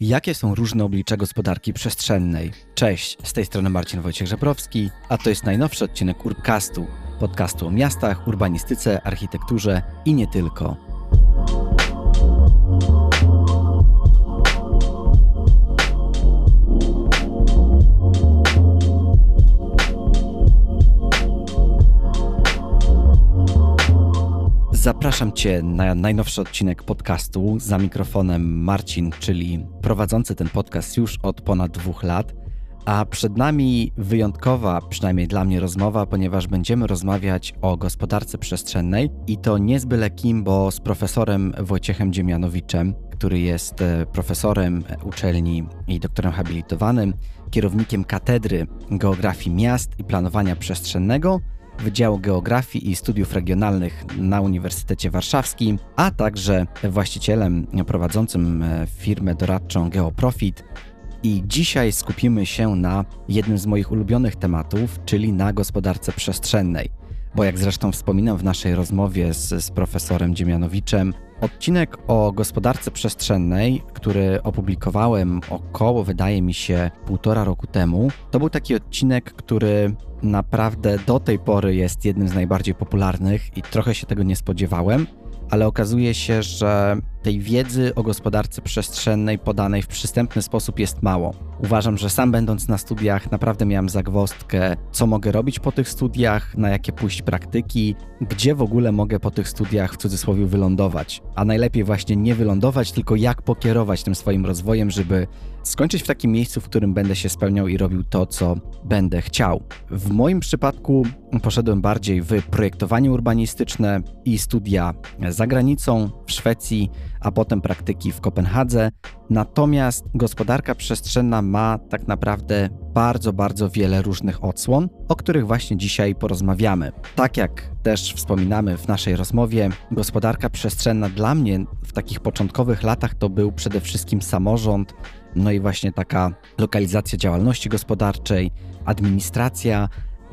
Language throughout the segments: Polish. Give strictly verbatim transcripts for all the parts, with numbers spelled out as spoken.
Jakie są różne oblicza gospodarki przestrzennej? Cześć, z tej strony Marcin Wojciech-Żebrowski, a to jest najnowszy odcinek Urbcastu, podcastu o miastach, urbanistyce, architekturze i nie tylko. Zapraszam Cię na najnowszy odcinek podcastu. Za mikrofonem Marcin, czyli prowadzący ten podcast już od ponad dwóch lat, a przed nami wyjątkowa, przynajmniej dla mnie, rozmowa, ponieważ będziemy rozmawiać o gospodarce przestrzennej i to nie z byle kim, bo z profesorem Wojciechem Dziemianowiczem, który jest profesorem uczelni i doktorem habilitowanym, kierownikiem Katedry Geografii Miast i Planowania Przestrzennego Wydziału Geografii i Studiów Regionalnych na Uniwersytecie Warszawskim, a także właścicielem prowadzącym firmę doradczą Geoprofit. I dzisiaj skupimy się na jednym z moich ulubionych tematów, czyli na gospodarce przestrzennej. Bo jak zresztą wspominam w naszej rozmowie z, z profesorem Dziemianowiczem, odcinek o gospodarce przestrzennej, który opublikowałem około, wydaje mi się, półtora roku temu, to był taki odcinek, który naprawdę do tej pory jest jednym z najbardziej popularnych i trochę się tego nie spodziewałem, ale okazuje się, że tej wiedzy o gospodarce przestrzennej podanej w przystępny sposób jest mało. Uważam, że sam będąc na studiach naprawdę miałem zagwozdkę, co mogę robić po tych studiach, na jakie pójść praktyki, gdzie w ogóle mogę po tych studiach w cudzysłowie wylądować. A najlepiej właśnie nie wylądować, tylko jak pokierować tym swoim rozwojem, żeby skończyć w takim miejscu, w którym będę się spełniał i robił to, co będę chciał. W moim przypadku poszedłem bardziej w projektowanie urbanistyczne i studia za granicą, w Szwecji, a potem praktyki w Kopenhadze. Natomiast gospodarka przestrzenna ma tak naprawdę bardzo, bardzo wiele różnych odsłon, o których właśnie dzisiaj porozmawiamy. Tak jak też wspominamy w naszej rozmowie, gospodarka przestrzenna dla mnie w takich początkowych latach to był przede wszystkim samorząd, no i właśnie taka lokalizacja działalności gospodarczej, administracja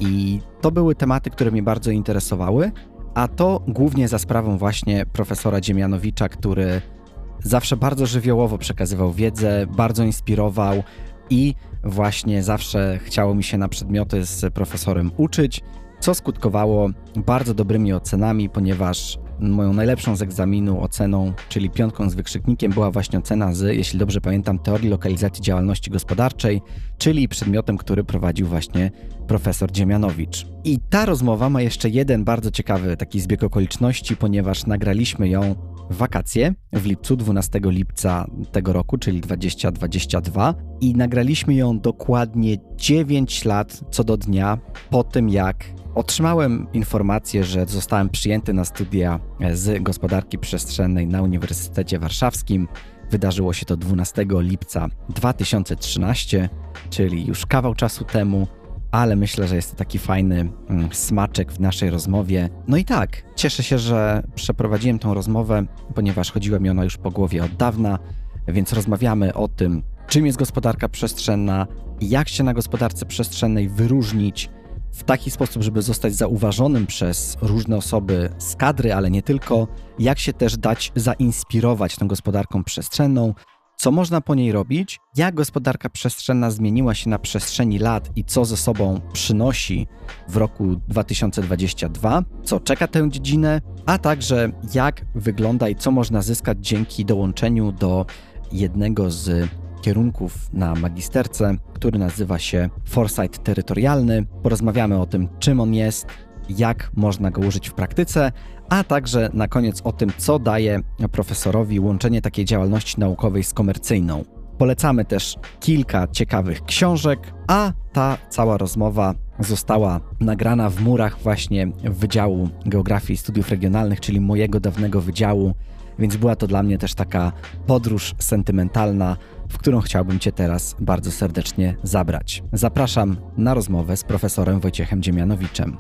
i to były tematy, które mnie bardzo interesowały, a to głównie za sprawą właśnie profesora Dziemianowicza, który zawsze bardzo żywiołowo przekazywał wiedzę, bardzo inspirował i właśnie zawsze chciało mi się na przedmioty z profesorem uczyć, co skutkowało bardzo dobrymi ocenami, ponieważ moją najlepszą z egzaminu oceną, czyli piątką z wykrzyknikiem, była właśnie ocena z, jeśli dobrze pamiętam, teorii lokalizacji działalności gospodarczej, czyli przedmiotem, który prowadził właśnie profesor Dziemianowicz. I ta rozmowa ma jeszcze jeden bardzo ciekawy taki zbieg okoliczności, ponieważ nagraliśmy ją w wakacje w lipcu, dwunastego lipca tego roku, czyli dwudziestego dwudziestego drugiego i nagraliśmy ją dokładnie dziewięć lat co do dnia po tym, jak otrzymałem informację, że zostałem przyjęty na studia z gospodarki przestrzennej na Uniwersytecie Warszawskim. Wydarzyło się to dwunastego lipca dwa tysiące trzynastego, czyli już kawał czasu temu, ale myślę, że jest to taki fajny smaczek w naszej rozmowie. No i tak, cieszę się, że przeprowadziłem tą rozmowę, ponieważ chodziła mi ona już po głowie od dawna, więc rozmawiamy o tym, czym jest gospodarka przestrzenna, jak się na gospodarce przestrzennej wyróżnić w taki sposób, żeby zostać zauważonym przez różne osoby z kadry, ale nie tylko, jak się też dać zainspirować tą gospodarką przestrzenną, co można po niej robić, jak gospodarka przestrzenna zmieniła się na przestrzeni lat i co ze sobą przynosi w roku dwa tysiące dwudziestym drugim, co czeka tę dziedzinę, a także jak wygląda i co można zyskać dzięki dołączeniu do jednego z kierunków na magisterce, który nazywa się Foresight Terytorialny. Porozmawiamy o tym, czym on jest, jak można go użyć w praktyce, a także na koniec o tym, co daje profesorowi łączenie takiej działalności naukowej z komercyjną. Polecamy też kilka ciekawych książek, a ta cała rozmowa została nagrana w murach właśnie Wydziału Geografii i Studiów Regionalnych, czyli mojego dawnego wydziału, więc była to dla mnie też taka podróż sentymentalna, w którą chciałbym Cię teraz bardzo serdecznie zabrać. Zapraszam na rozmowę z profesorem Wojciechem Dziemianowiczem.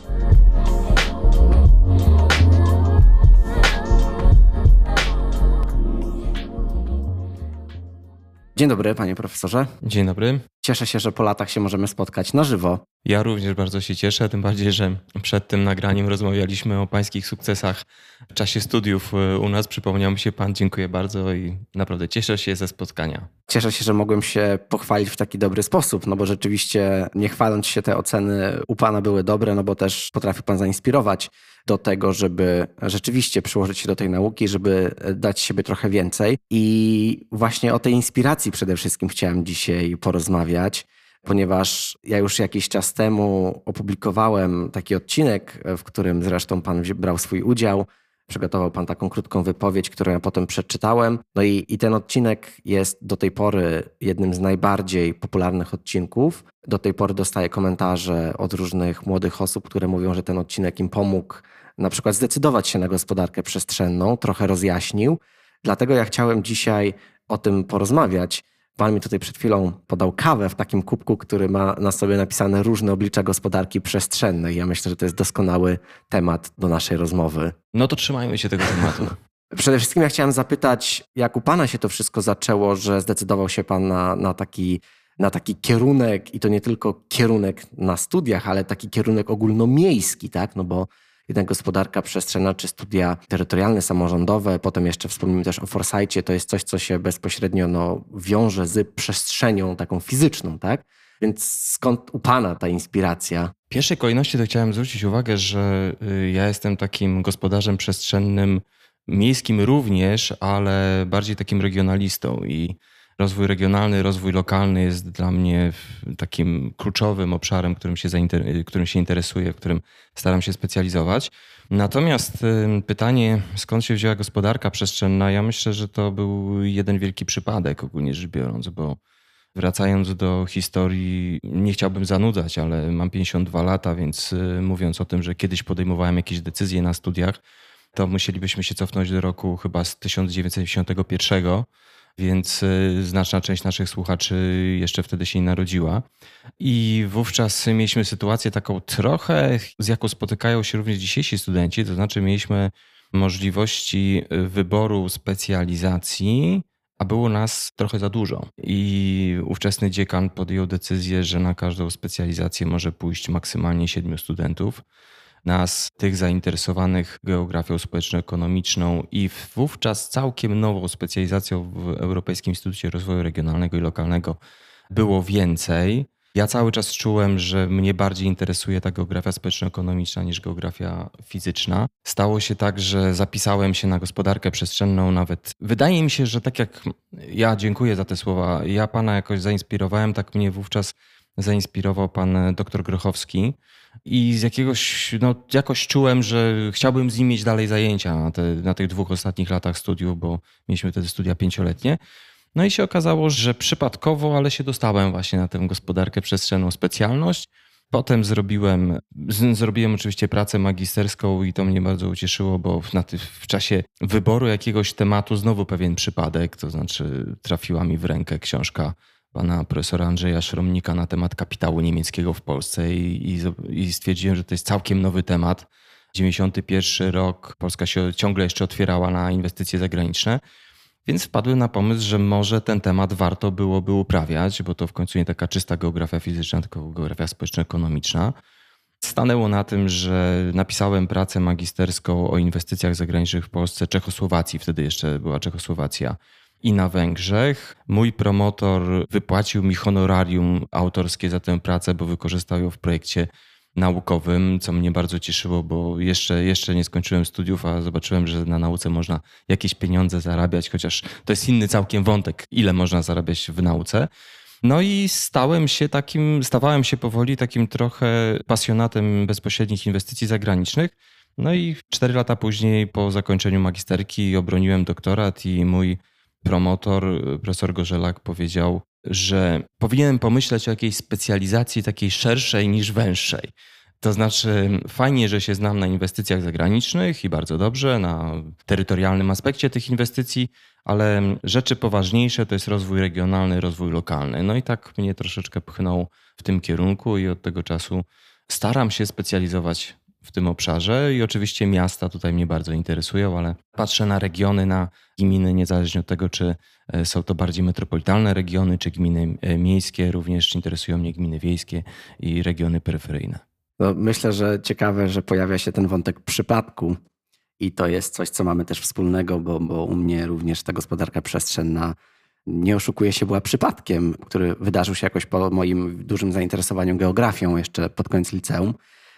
Dzień dobry, panie profesorze. Dzień dobry. Cieszę się, że po latach się możemy spotkać na żywo. Ja również bardzo się cieszę, tym bardziej, że przed tym nagraniem rozmawialiśmy o pańskich sukcesach w czasie studiów u nas. Przypomniał mi się pan, dziękuję bardzo i naprawdę cieszę się ze spotkania. Cieszę się, że mogłem się pochwalić w taki dobry sposób, no bo rzeczywiście nie chwaląc się, te oceny u pana były dobre, no bo też potrafił pan zainspirować do tego, żeby rzeczywiście przyłożyć się do tej nauki, żeby dać siebie trochę więcej. I właśnie o tej inspiracji przede wszystkim chciałem dzisiaj porozmawiać, ponieważ ja już jakiś czas temu opublikowałem taki odcinek, w którym zresztą pan brał swój udział. Przygotował pan taką krótką wypowiedź, którą ja potem przeczytałem. No i, i ten odcinek jest do tej pory jednym z najbardziej popularnych odcinków. Do tej pory dostaję komentarze od różnych młodych osób, które mówią, że ten odcinek im pomógł na przykład zdecydować się na gospodarkę przestrzenną, trochę rozjaśnił. Dlatego ja chciałem dzisiaj o tym porozmawiać. Pan mi tutaj przed chwilą podał kawę w takim kubku, który ma na sobie napisane różne oblicza gospodarki przestrzennej. Ja myślę, że to jest doskonały temat do naszej rozmowy. No to trzymajmy się tego tematu. Przede wszystkim ja chciałem zapytać, jak u pana się to wszystko zaczęło, że zdecydował się pan na, na, taki, na taki kierunek i to nie tylko kierunek na studiach, ale taki kierunek ogólnomiejski, tak? No bo jednak gospodarka przestrzenna czy studia terytorialne, samorządowe, potem jeszcze wspomnimy też o Forsycie, to jest coś, co się bezpośrednio no, wiąże z przestrzenią taką fizyczną, tak? Więc skąd u pana ta inspiracja? W pierwszej kolejności to chciałem zwrócić uwagę, że ja jestem takim gospodarzem przestrzennym, miejskim również, ale bardziej takim regionalistą i rozwój regionalny, rozwój lokalny jest dla mnie takim kluczowym obszarem, którym się, zainter- którym się interesuję, w którym staram się specjalizować. Natomiast pytanie, skąd się wzięła gospodarka przestrzenna, ja myślę, że to był jeden wielki przypadek ogólnie rzecz biorąc, bo wracając do historii, nie chciałbym zanudzać, ale mam pięćdziesiąt dwa lata, więc mówiąc o tym, że kiedyś podejmowałem jakieś decyzje na studiach, to musielibyśmy się cofnąć do roku chyba z tysiąc dziewięćset dziewięćdziesiątego pierwszego. Więc znaczna część naszych słuchaczy jeszcze wtedy się nie narodziła. I wówczas mieliśmy sytuację taką trochę, z jaką spotykają się również dzisiejsi studenci, to znaczy mieliśmy możliwości wyboru specjalizacji, a było nas trochę za dużo. I ówczesny dziekan podjął decyzję, że na każdą specjalizację może pójść maksymalnie siedmiu studentów. Nas, tych zainteresowanych geografią społeczno-ekonomiczną i wówczas całkiem nową specjalizacją w Europejskim Instytucie Rozwoju Regionalnego i Lokalnego było więcej. Ja cały czas czułem, że mnie bardziej interesuje ta geografia społeczno-ekonomiczna niż geografia fizyczna. Stało się tak, że zapisałem się na gospodarkę przestrzenną nawet. Wydaje mi się, że tak jak ja dziękuję za te słowa, ja pana jakoś zainspirowałem, tak mnie wówczas zainspirował pan doktor Grochowski i z jakiegoś, no jakoś czułem, że chciałbym z nim mieć dalej zajęcia na, te, na tych dwóch ostatnich latach studiów, bo mieliśmy wtedy studia pięcioletnie. No i się okazało, że przypadkowo, ale się dostałem właśnie na tę gospodarkę przestrzenną specjalność. Potem zrobiłem, z, zrobiłem oczywiście pracę magisterską i to mnie bardzo ucieszyło, bo na ty, w czasie wyboru jakiegoś tematu znowu pewien przypadek, to znaczy trafiła mi w rękę książka pana profesora Andrzeja Szromnika na temat kapitału niemieckiego w Polsce i, i, i stwierdziłem, że to jest całkiem nowy temat. dziewięćdziesiąty pierwszy rok, Polska się ciągle jeszcze otwierała na inwestycje zagraniczne, więc wpadłem na pomysł, że może ten temat warto byłoby uprawiać, bo to w końcu nie taka czysta geografia fizyczna, tylko geografia społeczno-ekonomiczna. Stanęło na tym, że napisałem pracę magisterską o inwestycjach zagranicznych w Polsce, Czechosłowacji, wtedy jeszcze była Czechosłowacja, i na Węgrzech. Mój promotor wypłacił mi honorarium autorskie za tę pracę, bo wykorzystał ją w projekcie naukowym, co mnie bardzo cieszyło, bo jeszcze, jeszcze nie skończyłem studiów, a zobaczyłem, że na nauce można jakieś pieniądze zarabiać, chociaż to jest inny całkiem wątek, ile można zarabiać w nauce. No i stałem się takim, stawałem się powoli takim trochę pasjonatem bezpośrednich inwestycji zagranicznych. No i cztery lata później, po zakończeniu magisterki, obroniłem doktorat i mój promotor, profesor Gorzelak, powiedział, że powinienem pomyśleć o jakiejś specjalizacji takiej szerszej niż węższej. To znaczy fajnie, że się znam na inwestycjach zagranicznych i bardzo dobrze, na terytorialnym aspekcie tych inwestycji, ale rzeczy poważniejsze to jest rozwój regionalny, rozwój lokalny. No i tak mnie troszeczkę pchnął w tym kierunku i od tego czasu staram się specjalizować w tym obszarze i oczywiście miasta tutaj mnie bardzo interesują, ale patrzę na regiony, na gminy, niezależnie od tego, czy są to bardziej metropolitalne regiony, czy gminy miejskie, również interesują mnie gminy wiejskie i regiony peryferyjne. No, myślę, że ciekawe, że pojawia się ten wątek przypadku i to jest coś, co mamy też wspólnego, bo, bo u mnie również ta gospodarka przestrzenna, nie oszukuję się, była przypadkiem, który wydarzył się jakoś po moim dużym zainteresowaniu geografią jeszcze pod koniec liceum.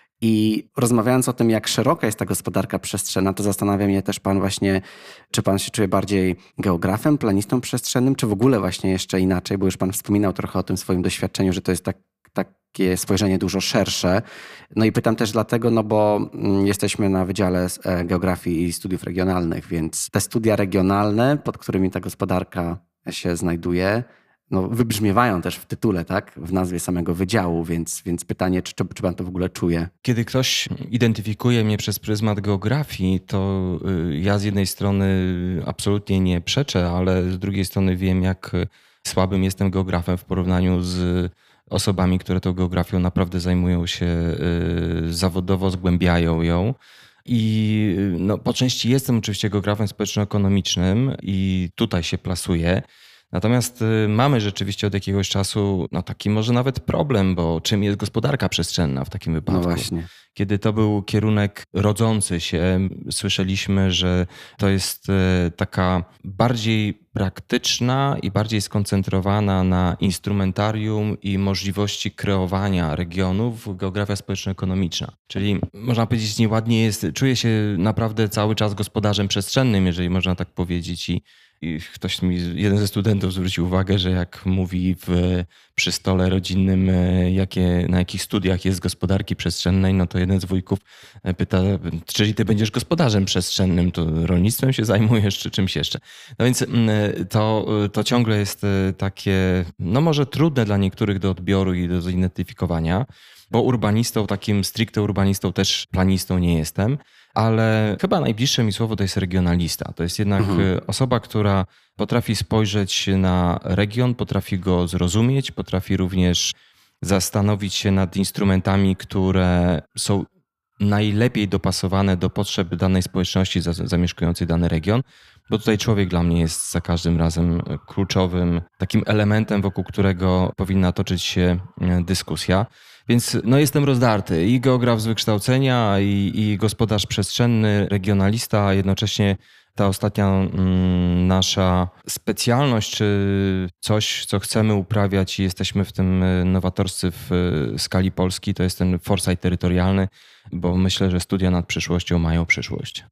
I rozmawiając o tym, jak szeroka jest ta gospodarka przestrzenna, to zastanawia mnie też pan właśnie, czy pan się czuje bardziej geografem, planistą przestrzennym, czy w ogóle właśnie jeszcze inaczej, bo już pan wspominał trochę o tym swoim doświadczeniu, że to jest tak, takie spojrzenie dużo szersze. No i pytam też dlatego, no bo jesteśmy na Wydziale Geografii i Studiów Regionalnych, więc te studia regionalne, pod którymi ta gospodarka się znajduje, no, wybrzmiewają też w tytule, tak? W nazwie samego wydziału, więc, więc pytanie, czy, czy pan to w ogóle czuje? Kiedy ktoś identyfikuje mnie przez pryzmat geografii, to ja z jednej strony absolutnie nie przeczę, ale z drugiej strony wiem, jak słabym jestem geografem w porównaniu z osobami, które tą geografią naprawdę zajmują się zawodowo, zgłębiają ją. I no, po części jestem oczywiście geografem społeczno-ekonomicznym i tutaj się plasuję. Natomiast mamy rzeczywiście od jakiegoś czasu no taki może nawet problem, bo czym jest gospodarka przestrzenna w takim wypadku? No właśnie. Kiedy to był kierunek rodzący się, słyszeliśmy, że to jest taka bardziej praktyczna i bardziej skoncentrowana na instrumentarium i możliwości kreowania regionów geografia społeczno-ekonomiczna. Czyli można powiedzieć nieładnie jest, czuję się naprawdę cały czas gospodarzem przestrzennym, jeżeli można tak powiedzieć. I I ktoś mi, jeden ze studentów zwrócił uwagę, że jak mówi w, przy stole rodzinnym, jakie, na jakich studiach jest gospodarki przestrzennej, no to jeden z wujków pyta, czyli ty będziesz gospodarzem przestrzennym, to rolnictwem się zajmujesz, czy czymś jeszcze. No więc to, to ciągle jest takie, no może trudne dla niektórych do odbioru i do zidentyfikowania, bo urbanistą, takim stricte urbanistą, też planistą nie jestem. Ale chyba najbliższe mi słowo to jest regionalista. To jest jednak mhm. osoba, która potrafi spojrzeć na region, potrafi go zrozumieć, potrafi również zastanowić się nad instrumentami, które są najlepiej dopasowane do potrzeb danej społeczności zamieszkującej dany region. Bo tutaj człowiek dla mnie jest za każdym razem kluczowym takim elementem, wokół którego powinna toczyć się dyskusja. Więc no jestem rozdarty i geograf z wykształcenia, i, i gospodarz przestrzenny, regionalista, a jednocześnie ta ostatnia mm, nasza specjalność, czy coś, co chcemy uprawiać i jesteśmy w tym nowatorscy w skali Polski, to jest ten foresight terytorialny, bo myślę, że studia nad przyszłością mają przyszłość.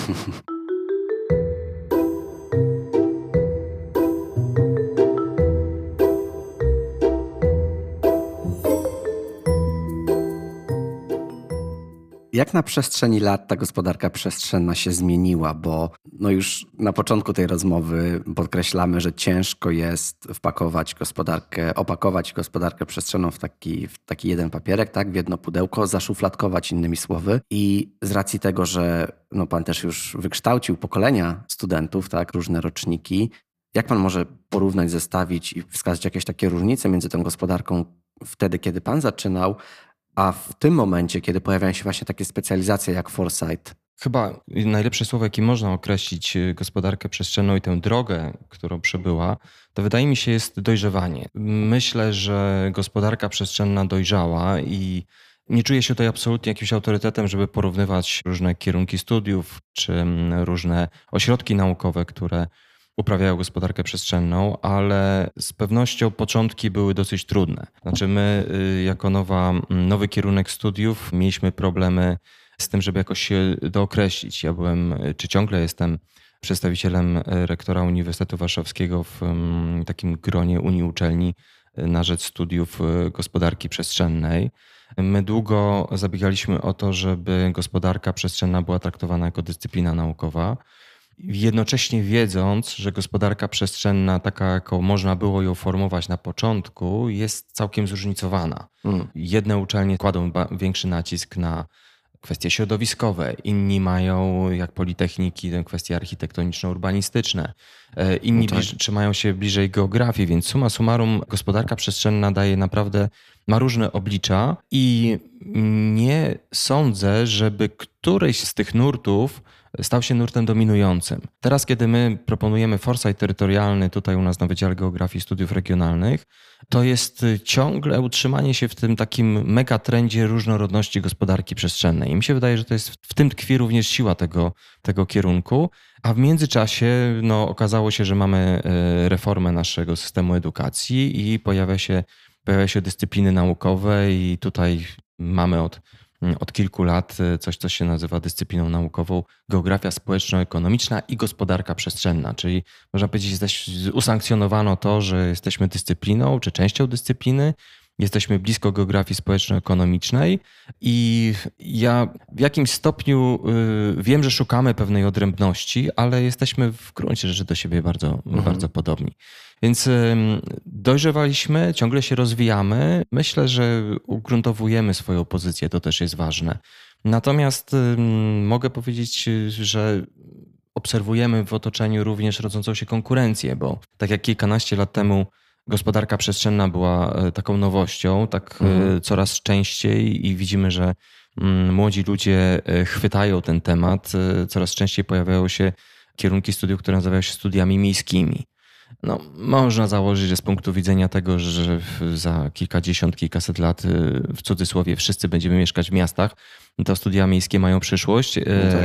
Jak na przestrzeni lat ta gospodarka przestrzenna się zmieniła? Bo no już na początku tej rozmowy podkreślamy, że ciężko jest wpakować gospodarkę, opakować gospodarkę przestrzenną w taki, w taki jeden papierek, tak, w jedno pudełko, zaszufladkować innymi słowy. I z racji tego, że no pan też już wykształcił pokolenia studentów, tak, różne roczniki, jak pan może porównać, zestawić i wskazać jakieś takie różnice między tą gospodarką wtedy, kiedy pan zaczynał, a w tym momencie, kiedy pojawiają się właśnie takie specjalizacje jak foresight? Chyba najlepsze słowo, jakie można określić gospodarkę przestrzenną i tę drogę, którą przebyła, to wydaje mi się jest dojrzewanie. Myślę, że gospodarka przestrzenna dojrzała i nie czuję się tutaj absolutnie jakimś autorytetem, żeby porównywać różne kierunki studiów czy różne ośrodki naukowe, które uprawiają gospodarkę przestrzenną, ale z pewnością początki były dosyć trudne. Znaczy my jako nowa, nowy kierunek studiów mieliśmy problemy z tym, żeby jakoś się dookreślić. Ja byłem, czy ciągle jestem przedstawicielem rektora Uniwersytetu Warszawskiego w takim gronie Unii Uczelni na rzecz studiów gospodarki przestrzennej. My długo zabiegaliśmy o to, żeby gospodarka przestrzenna była traktowana jako dyscyplina naukowa. Jednocześnie wiedząc, że gospodarka przestrzenna, taka jaką można było ją formować na początku, jest całkiem zróżnicowana. Mm. Jedne uczelnie kładą większy nacisk na kwestie środowiskowe, inni mają, jak politechniki, kwestie architektoniczno-urbanistyczne. Inni No tak. bliż, trzymają się bliżej geografii, więc summa summarum gospodarka przestrzenna daje naprawdę, ma różne oblicza i nie sądzę, żeby któryś z tych nurtów stał się nurtem dominującym. Teraz, kiedy my proponujemy foresight terytorialny tutaj u nas na Wydziale Geografii i Studiów Regionalnych, to jest ciągle utrzymanie się w tym takim megatrendzie różnorodności gospodarki przestrzennej. I mi się wydaje, że to jest w tym tkwi również siła tego, tego kierunku. A w międzyczasie no, okazało się, że mamy reformę naszego systemu edukacji i pojawia się, pojawia się dyscypliny naukowe i tutaj mamy od Od kilku lat coś, co się nazywa dyscypliną naukową geografia społeczno-ekonomiczna i gospodarka przestrzenna, czyli można powiedzieć, że usankcjonowano to, że jesteśmy dyscypliną czy częścią dyscypliny, jesteśmy blisko geografii społeczno-ekonomicznej i ja w jakimś stopniu wiem, że szukamy pewnej odrębności, ale jesteśmy w gruncie rzeczy do siebie bardzo, mhm. bardzo podobni. Więc dojrzewaliśmy, ciągle się rozwijamy. Myślę, że ugruntowujemy swoją pozycję, to też jest ważne. Natomiast mogę powiedzieć, że obserwujemy w otoczeniu również rodzącą się konkurencję, bo tak jak kilkanaście lat temu gospodarka przestrzenna była taką nowością, tak mhm. coraz częściej i widzimy, że młodzi ludzie chwytają ten temat. Coraz częściej pojawiają się kierunki studiów, które nazywają się studiami miejskimi. No, można założyć, że z punktu widzenia tego, że za kilkadziesiąt, kilkaset lat w cudzysłowie wszyscy będziemy mieszkać w miastach, to studia miejskie mają przyszłość. No tak.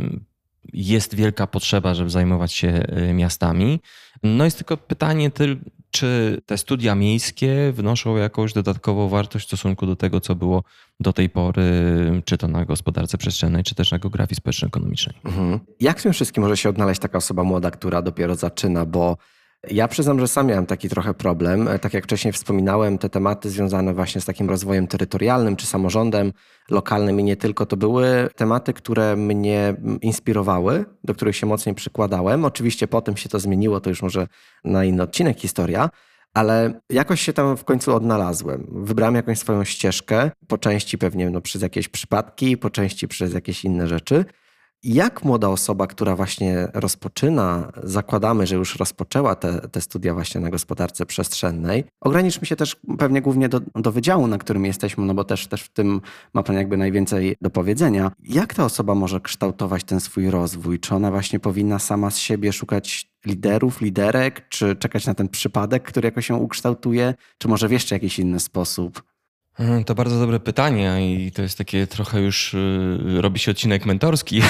Jest wielka potrzeba, żeby zajmować się miastami. No jest tylko pytanie, czy te studia miejskie wnoszą jakąś dodatkową wartość w stosunku do tego, co było do tej pory, czy to na gospodarce przestrzennej, czy też na geografii społeczno-ekonomicznej. Mhm. Jak w tym wszystkim może się odnaleźć taka osoba młoda, która dopiero zaczyna, bo ja przyznam, że sam miałem taki trochę problem. Tak jak wcześniej wspominałem, te tematy związane właśnie z takim rozwojem terytorialnym czy samorządem lokalnym i nie tylko, to były tematy, które mnie inspirowały, do których się mocniej przykładałem. Oczywiście potem się to zmieniło, to już może na inny odcinek historia, ale jakoś się tam w końcu odnalazłem. Wybrałem jakąś swoją ścieżkę, po części pewnie no, przez jakieś przypadki, po części przez jakieś inne rzeczy. Jak młoda osoba, która właśnie rozpoczyna, zakładamy, że już rozpoczęła te, te studia właśnie na gospodarce przestrzennej, ograniczmy się też pewnie głównie do, do wydziału, na którym jesteśmy, no bo też, też w tym ma pan jakby najwięcej do powiedzenia. Jak ta osoba może kształtować ten swój rozwój? Czy ona właśnie powinna sama z siebie szukać liderów, liderek, czy czekać na ten przypadek, który jakoś się ukształtuje, czy może w jeszcze jakiś inny sposób? To bardzo dobre pytanie i to jest takie trochę już robi się odcinek mentorski,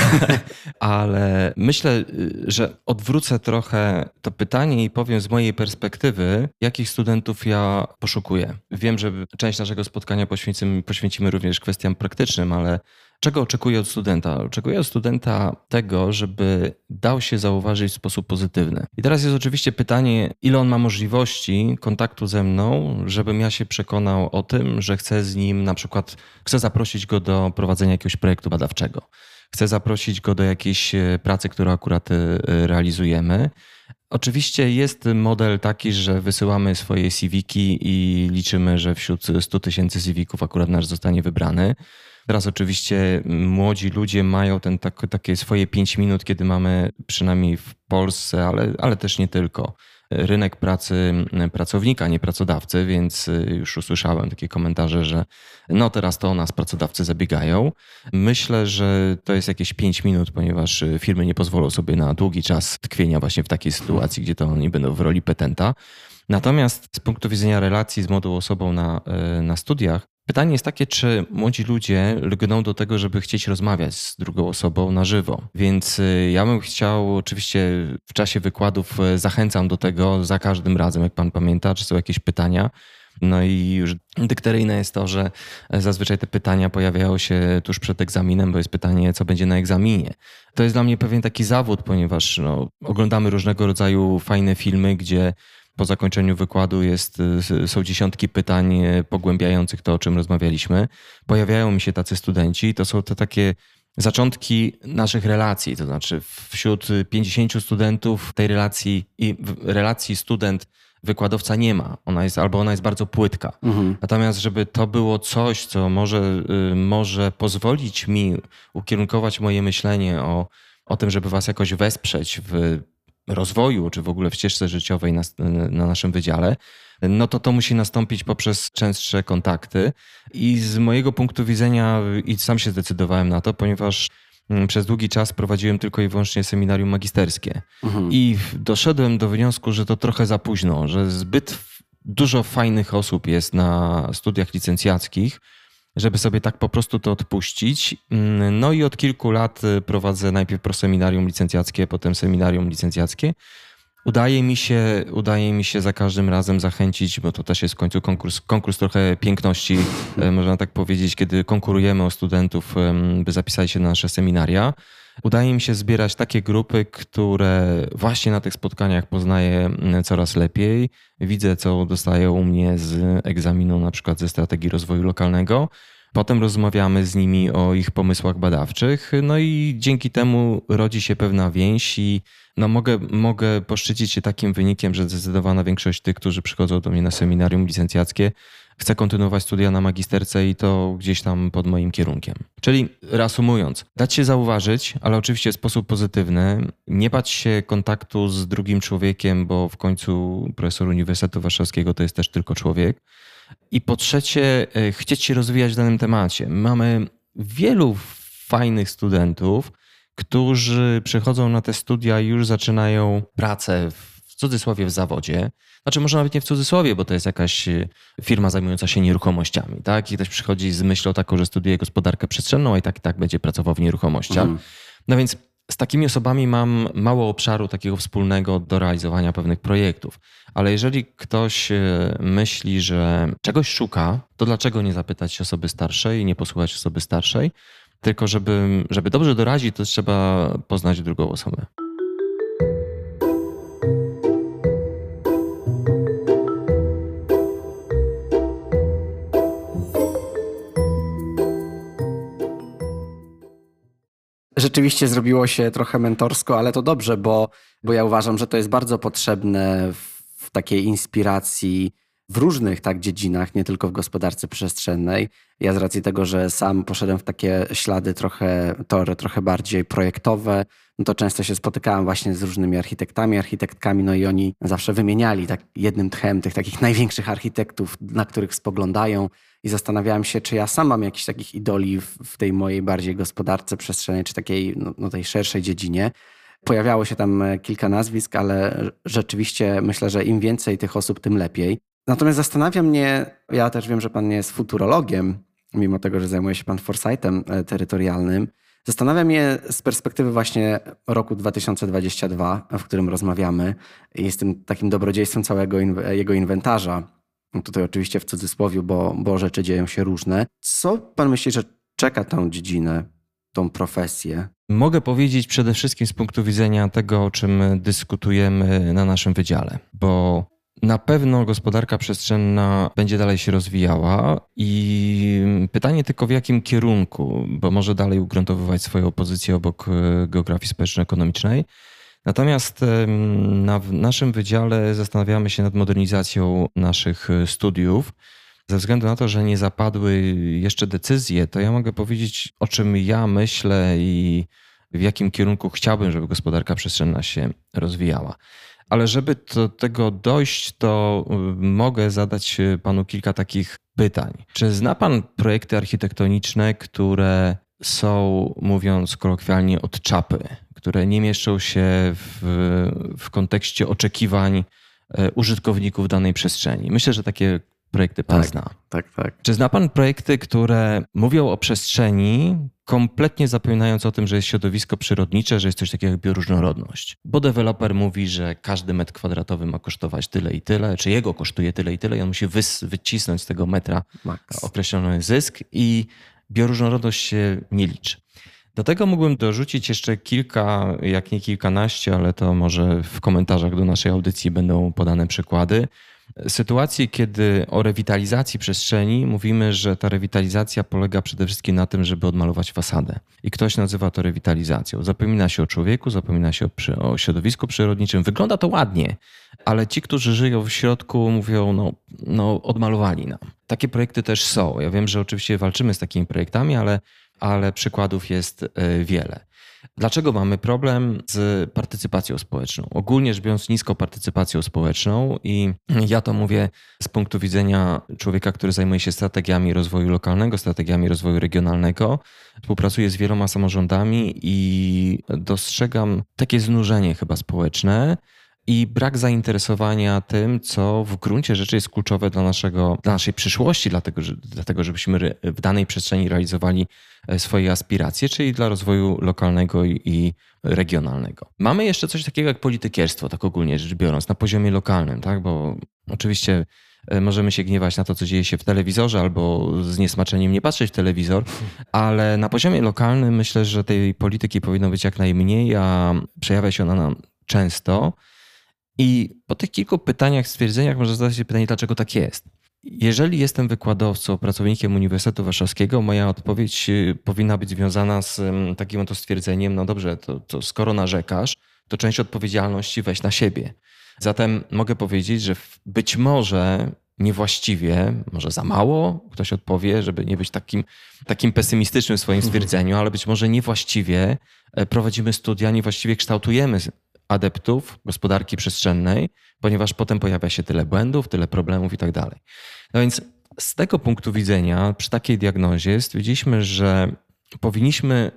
ale myślę, że odwrócę trochę to pytanie i powiem z mojej perspektywy, jakich studentów ja poszukuję. Wiem, że część naszego spotkania poświęcimy, poświęcimy również kwestiom praktycznym, ale czego oczekuję od studenta? Oczekuję od studenta tego, żeby dał się zauważyć w sposób pozytywny. I teraz jest oczywiście pytanie, ile on ma możliwości kontaktu ze mną, żebym ja się przekonał o tym, że chcę z nim na przykład, chcę zaprosić go do prowadzenia jakiegoś projektu badawczego. Chcę zaprosić go do jakiejś pracy, którą akurat realizujemy. Oczywiście jest model taki, że wysyłamy swoje C V-ki i liczymy, że wśród stu tysięcy C V-ków akurat nasz zostanie wybrany. Teraz oczywiście młodzi ludzie mają ten, tak, takie swoje pięć minut, kiedy mamy przynajmniej w Polsce, ale, ale też nie tylko, rynek pracy pracownika, nie pracodawcy, więc już usłyszałem takie komentarze, że no teraz to o nas pracodawcy zabiegają. Myślę, że to jest jakieś pięć minut, ponieważ firmy nie pozwolą sobie na długi czas tkwienia właśnie w takiej sytuacji, gdzie to oni będą w roli petenta. Natomiast z punktu widzenia relacji z młodą osobą na, na studiach, pytanie jest takie, czy młodzi ludzie lgną do tego, żeby chcieć rozmawiać z drugą osobą na żywo. Więc ja bym chciał, oczywiście w czasie wykładów zachęcam do tego za każdym razem, jak pan pamięta, czy są jakieś pytania. No i już dykteryjne jest to, że zazwyczaj te pytania pojawiają się tuż przed egzaminem, bo jest pytanie, co będzie na egzaminie. To jest dla mnie pewien taki zawód, ponieważ no, oglądamy różnego rodzaju fajne filmy, gdzie po zakończeniu wykładu jest, są dziesiątki pytań pogłębiających to, o czym rozmawialiśmy. Pojawiają mi się tacy studenci. To są te takie zaczątki naszych relacji. To znaczy wśród pięćdziesięciu studentów tej relacji i relacji student-wykładowca nie ma. Ona jest, albo ona jest bardzo płytka. Mhm. Natomiast żeby to było coś, co może, może pozwolić mi ukierunkować moje myślenie o, o tym, żeby was jakoś wesprzeć w rozwoju, czy w ogóle w ścieżce życiowej na, na naszym wydziale, no to to musi nastąpić poprzez częstsze kontakty. I z mojego punktu widzenia, i sam się zdecydowałem na to, ponieważ przez długi czas prowadziłem tylko i wyłącznie seminarium magisterskie. Mhm. I doszedłem do wniosku, że to trochę za późno, że zbyt dużo fajnych osób jest na studiach licencjackich, żeby sobie tak po prostu to odpuścić. No i od kilku lat prowadzę najpierw proseminarium licencjackie, potem seminarium licencjackie. Udaje mi się, udaje mi się za każdym razem zachęcić, bo to też jest w końcu konkurs, konkurs trochę piękności, można tak powiedzieć, kiedy konkurujemy o studentów, by zapisali się na nasze seminaria. Udaje mi się zbierać takie grupy, które właśnie na tych spotkaniach poznaję coraz lepiej. Widzę, co dostają u mnie z egzaminu, na przykład ze strategii rozwoju lokalnego. Potem rozmawiamy z nimi o ich pomysłach badawczych, no i dzięki temu rodzi się pewna więź i no mogę, mogę poszczycić się takim wynikiem, że zdecydowana większość tych, którzy przychodzą do mnie na seminarium licencjackie, chce kontynuować studia na magisterce i to gdzieś tam pod moim kierunkiem. Czyli reasumując, dać się zauważyć, ale oczywiście w sposób pozytywny, nie bać się kontaktu z drugim człowiekiem, bo w końcu profesor Uniwersytetu Warszawskiego to jest też tylko człowiek. I po trzecie, chcieć się rozwijać w danym temacie. Mamy wielu fajnych studentów, którzy przychodzą na te studia i już zaczynają pracę w cudzysłowie w zawodzie. Znaczy może nawet nie w cudzysłowie, bo to jest jakaś firma zajmująca się nieruchomościami. Tak? I ktoś przychodzi z myślą taką, że studiuje gospodarkę przestrzenną, a i tak i tak będzie pracował w nieruchomościach. Mhm. No więc z takimi osobami mam mało obszaru takiego wspólnego do realizowania pewnych projektów. Ale jeżeli ktoś myśli, że czegoś szuka, to dlaczego nie zapytać osoby starszej i nie posłuchać osoby starszej? Tylko żeby, żeby dobrze doradzić, to trzeba poznać drugą osobę. Rzeczywiście zrobiło się trochę mentorsko, ale to dobrze, bo, bo ja uważam, że to jest bardzo potrzebne w, w takiej inspiracji w różnych tak dziedzinach, nie tylko w gospodarce przestrzennej. Ja z racji tego, że sam poszedłem w takie ślady trochę, tory trochę bardziej projektowe, no to często się spotykałem właśnie z różnymi architektami, architektkami, no i oni zawsze wymieniali tak jednym tchem tych takich największych architektów, na których spoglądają i zastanawiałem się, czy ja sam mam jakichś takich idoli w, w tej mojej bardziej gospodarce przestrzennej, czy takiej no, no tej szerszej dziedzinie. Pojawiało się tam kilka nazwisk, ale rzeczywiście myślę, że im więcej tych osób, tym lepiej. Natomiast zastanawia mnie, ja też wiem, że pan nie jest futurologiem, mimo tego, że zajmuje się pan foresightem terytorialnym. Zastanawia mnie z perspektywy właśnie roku dwa tysiące dwudziestego drugiego, w którym rozmawiamy i jestem takim dobrodziejstwem całego jego inwentarza. Tutaj oczywiście w cudzysłowie, bo, bo rzeczy dzieją się różne. Co pan myśli, że czeka tę dziedzinę, tą profesję? Mogę powiedzieć przede wszystkim z punktu widzenia tego, o czym dyskutujemy na naszym wydziale, bo na pewno gospodarka przestrzenna będzie dalej się rozwijała i pytanie tylko w jakim kierunku, bo może dalej ugruntowywać swoją pozycję obok geografii społeczno-ekonomicznej. Natomiast na naszym wydziale zastanawiamy się nad modernizacją naszych studiów. Ze względu na to, że nie zapadły jeszcze decyzje, to ja mogę powiedzieć, o czym ja myślę i w jakim kierunku chciałbym, żeby gospodarka przestrzenna się rozwijała. Ale żeby do tego dojść, to mogę zadać panu kilka takich pytań. Czy zna pan projekty architektoniczne, które są, mówiąc kolokwialnie, od czapy, które nie mieszczą się w, w kontekście oczekiwań użytkowników danej przestrzeni? Myślę, że takie projekty pan tak, zna. Tak, tak. Czy zna pan projekty, które mówią o przestrzeni, kompletnie zapominając o tym, że jest środowisko przyrodnicze, że jest coś takiego jak bioróżnorodność? Bo deweloper mówi, że każdy metr kwadratowy ma kosztować tyle i tyle, czy jego kosztuje tyle i tyle i on musi wys- wycisnąć z tego metra Max. określony zysk i bioróżnorodność się nie liczy. Do tego mógłbym dorzucić jeszcze kilka, jak nie kilkanaście, ale to może w komentarzach do naszej audycji będą podane przykłady. Sytuacji, kiedy o rewitalizacji przestrzeni mówimy, że ta rewitalizacja polega przede wszystkim na tym, żeby odmalować fasadę. I ktoś nazywa to rewitalizacją. Zapomina się o człowieku, zapomina się o, przy, o środowisku przyrodniczym. Wygląda to ładnie, ale ci, którzy żyją w środku, mówią, no, no odmalowali nam. Takie projekty też są. Ja wiem, że oczywiście walczymy z takimi projektami, ale, ale przykładów jest wiele. Dlaczego mamy problem z partycypacją społeczną? Ogólnie rzecz biorąc niską partycypacją społeczną i ja to mówię z punktu widzenia człowieka, który zajmuje się strategiami rozwoju lokalnego, strategiami rozwoju regionalnego. Współpracuję z wieloma samorządami i dostrzegam takie znużenie chyba społeczne i brak zainteresowania tym, co w gruncie rzeczy jest kluczowe dla, naszego, dla naszej przyszłości, dlatego, że, dlatego żebyśmy w danej przestrzeni realizowali swoje aspiracje, czyli dla rozwoju lokalnego i, i regionalnego. Mamy jeszcze coś takiego jak politykierstwo, tak ogólnie rzecz biorąc, na poziomie lokalnym, tak? Bo oczywiście możemy się gniewać na to, co dzieje się w telewizorze albo z niesmaczeniem nie patrzeć w telewizor, ale na poziomie lokalnym myślę, że tej polityki powinno być jak najmniej, a przejawia się ona często. I po tych kilku pytaniach, stwierdzeniach można zadać się pytanie, dlaczego tak jest. Jeżeli jestem wykładowcą, pracownikiem Uniwersytetu Warszawskiego, moja odpowiedź powinna być związana z takim oto stwierdzeniem, no dobrze, to, to skoro narzekasz, to część odpowiedzialności weź na siebie. Zatem mogę powiedzieć, że być może niewłaściwie, może za mało, ktoś odpowie, żeby nie być takim, takim pesymistycznym w swoim stwierdzeniu, ale być może niewłaściwie prowadzimy studia, niewłaściwie kształtujemy adeptów gospodarki przestrzennej, ponieważ potem pojawia się tyle błędów, tyle problemów i tak dalej. No więc z tego punktu widzenia, przy takiej diagnozie stwierdziliśmy, że powinniśmy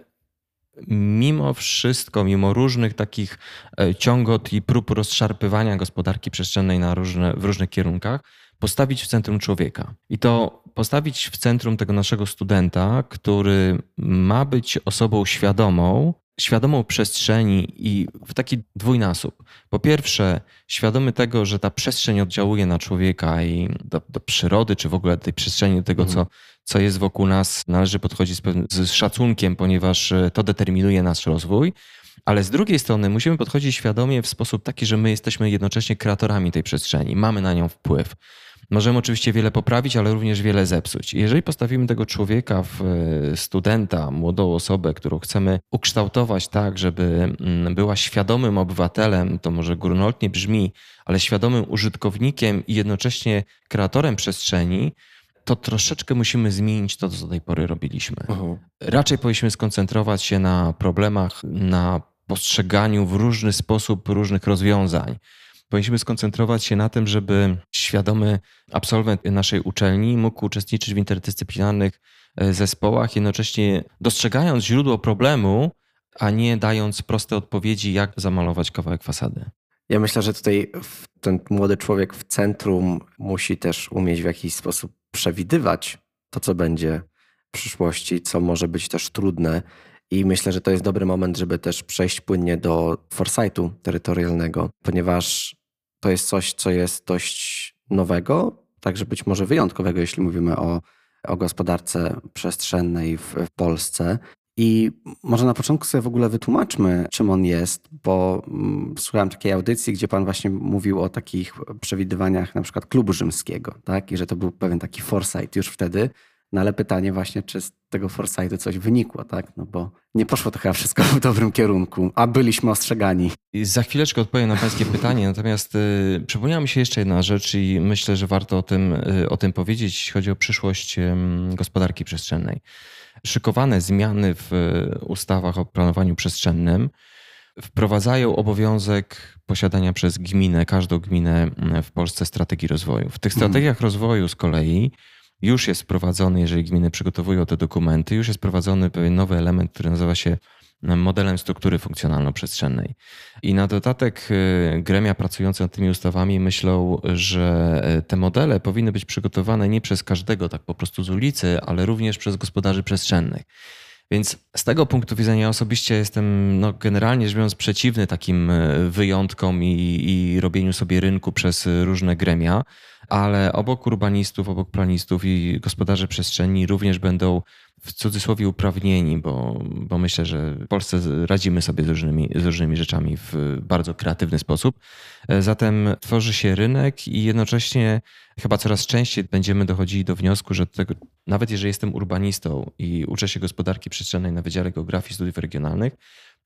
mimo wszystko, mimo różnych takich ciągot i prób rozszarpywania gospodarki przestrzennej na różne, w różnych kierunkach, postawić w centrum człowieka. I to postawić w centrum tego naszego studenta, który ma być osobą świadomą, świadomą przestrzeni i w taki dwójnasób. Po pierwsze, świadomy tego, że ta przestrzeń oddziałuje na człowieka i do, do przyrody, czy w ogóle do tej przestrzeni, do tego, co, co jest wokół nas, należy podchodzić z, pewnym, z szacunkiem, ponieważ to determinuje nasz rozwój. Ale z drugiej strony musimy podchodzić świadomie w sposób taki, że my jesteśmy jednocześnie kreatorami tej przestrzeni, mamy na nią wpływ. Możemy oczywiście wiele poprawić, ale również wiele zepsuć. Jeżeli postawimy tego człowieka, w studenta, młodą osobę, którą chcemy ukształtować tak, żeby była świadomym obywatelem, to może górnolotnie brzmi, ale świadomym użytkownikiem i jednocześnie kreatorem przestrzeni, to troszeczkę musimy zmienić to, co do tej pory robiliśmy. Uh-huh. Raczej powinniśmy skoncentrować się na problemach, na postrzeganiu w różny sposób różnych rozwiązań. Powinniśmy skoncentrować się na tym, żeby świadomy absolwent naszej uczelni mógł uczestniczyć w interdyscyplinarnych zespołach, jednocześnie dostrzegając źródło problemu, a nie dając proste odpowiedzi, jak zamalować kawałek fasady. Ja myślę, że tutaj ten młody człowiek w centrum musi też umieć w jakiś sposób przewidywać to, co będzie w przyszłości, co może być też trudne. I myślę, że to jest dobry moment, żeby też przejść płynnie do foresightu terytorialnego, ponieważ to jest coś, co jest dość nowego, także być może wyjątkowego, jeśli mówimy o, o gospodarce przestrzennej w, w Polsce. I może na początku sobie w ogóle wytłumaczmy, czym on jest, bo słuchałem takiej audycji, gdzie pan właśnie mówił o takich przewidywaniach na przykład klubu rzymskiego, tak? I że to był pewien taki foresight już wtedy. No ale pytanie właśnie, czy z tego foresightu coś wynikło, tak? No bo nie poszło to chyba wszystko w dobrym kierunku, a byliśmy ostrzegani. I za chwileczkę odpowiem na pańskie pytanie, natomiast y, przypomniała mi się jeszcze jedna rzecz i myślę, że warto o tym, y, o tym powiedzieć, jeśli chodzi o przyszłość y, gospodarki przestrzennej. Szykowane zmiany w ustawach o planowaniu przestrzennym wprowadzają obowiązek posiadania przez gminę, każdą gminę w Polsce strategii rozwoju. W tych strategiach hmm. rozwoju z kolei już jest wprowadzony, jeżeli gminy przygotowują te dokumenty, już jest wprowadzony pewien nowy element, który nazywa się modelem struktury funkcjonalno-przestrzennej. I na dodatek gremia pracujące nad tymi ustawami myślą, że te modele powinny być przygotowane nie przez każdego tak po prostu z ulicy, ale również przez gospodarzy przestrzennych. Więc z tego punktu widzenia osobiście jestem no, generalnie rzecz biorąc przeciwny takim wyjątkom i, i robieniu sobie rynku przez różne gremia, ale obok urbanistów, obok planistów i gospodarzy przestrzeni również będą w cudzysłowie uprawnieni, bo, bo myślę, że w Polsce radzimy sobie z różnymi, z różnymi rzeczami w bardzo kreatywny sposób. Zatem tworzy się rynek i jednocześnie chyba coraz częściej będziemy dochodzili do wniosku, że tego, nawet jeżeli jestem urbanistą i uczę się gospodarki przestrzennej na Wydziale Geografii i Studiów Regionalnych,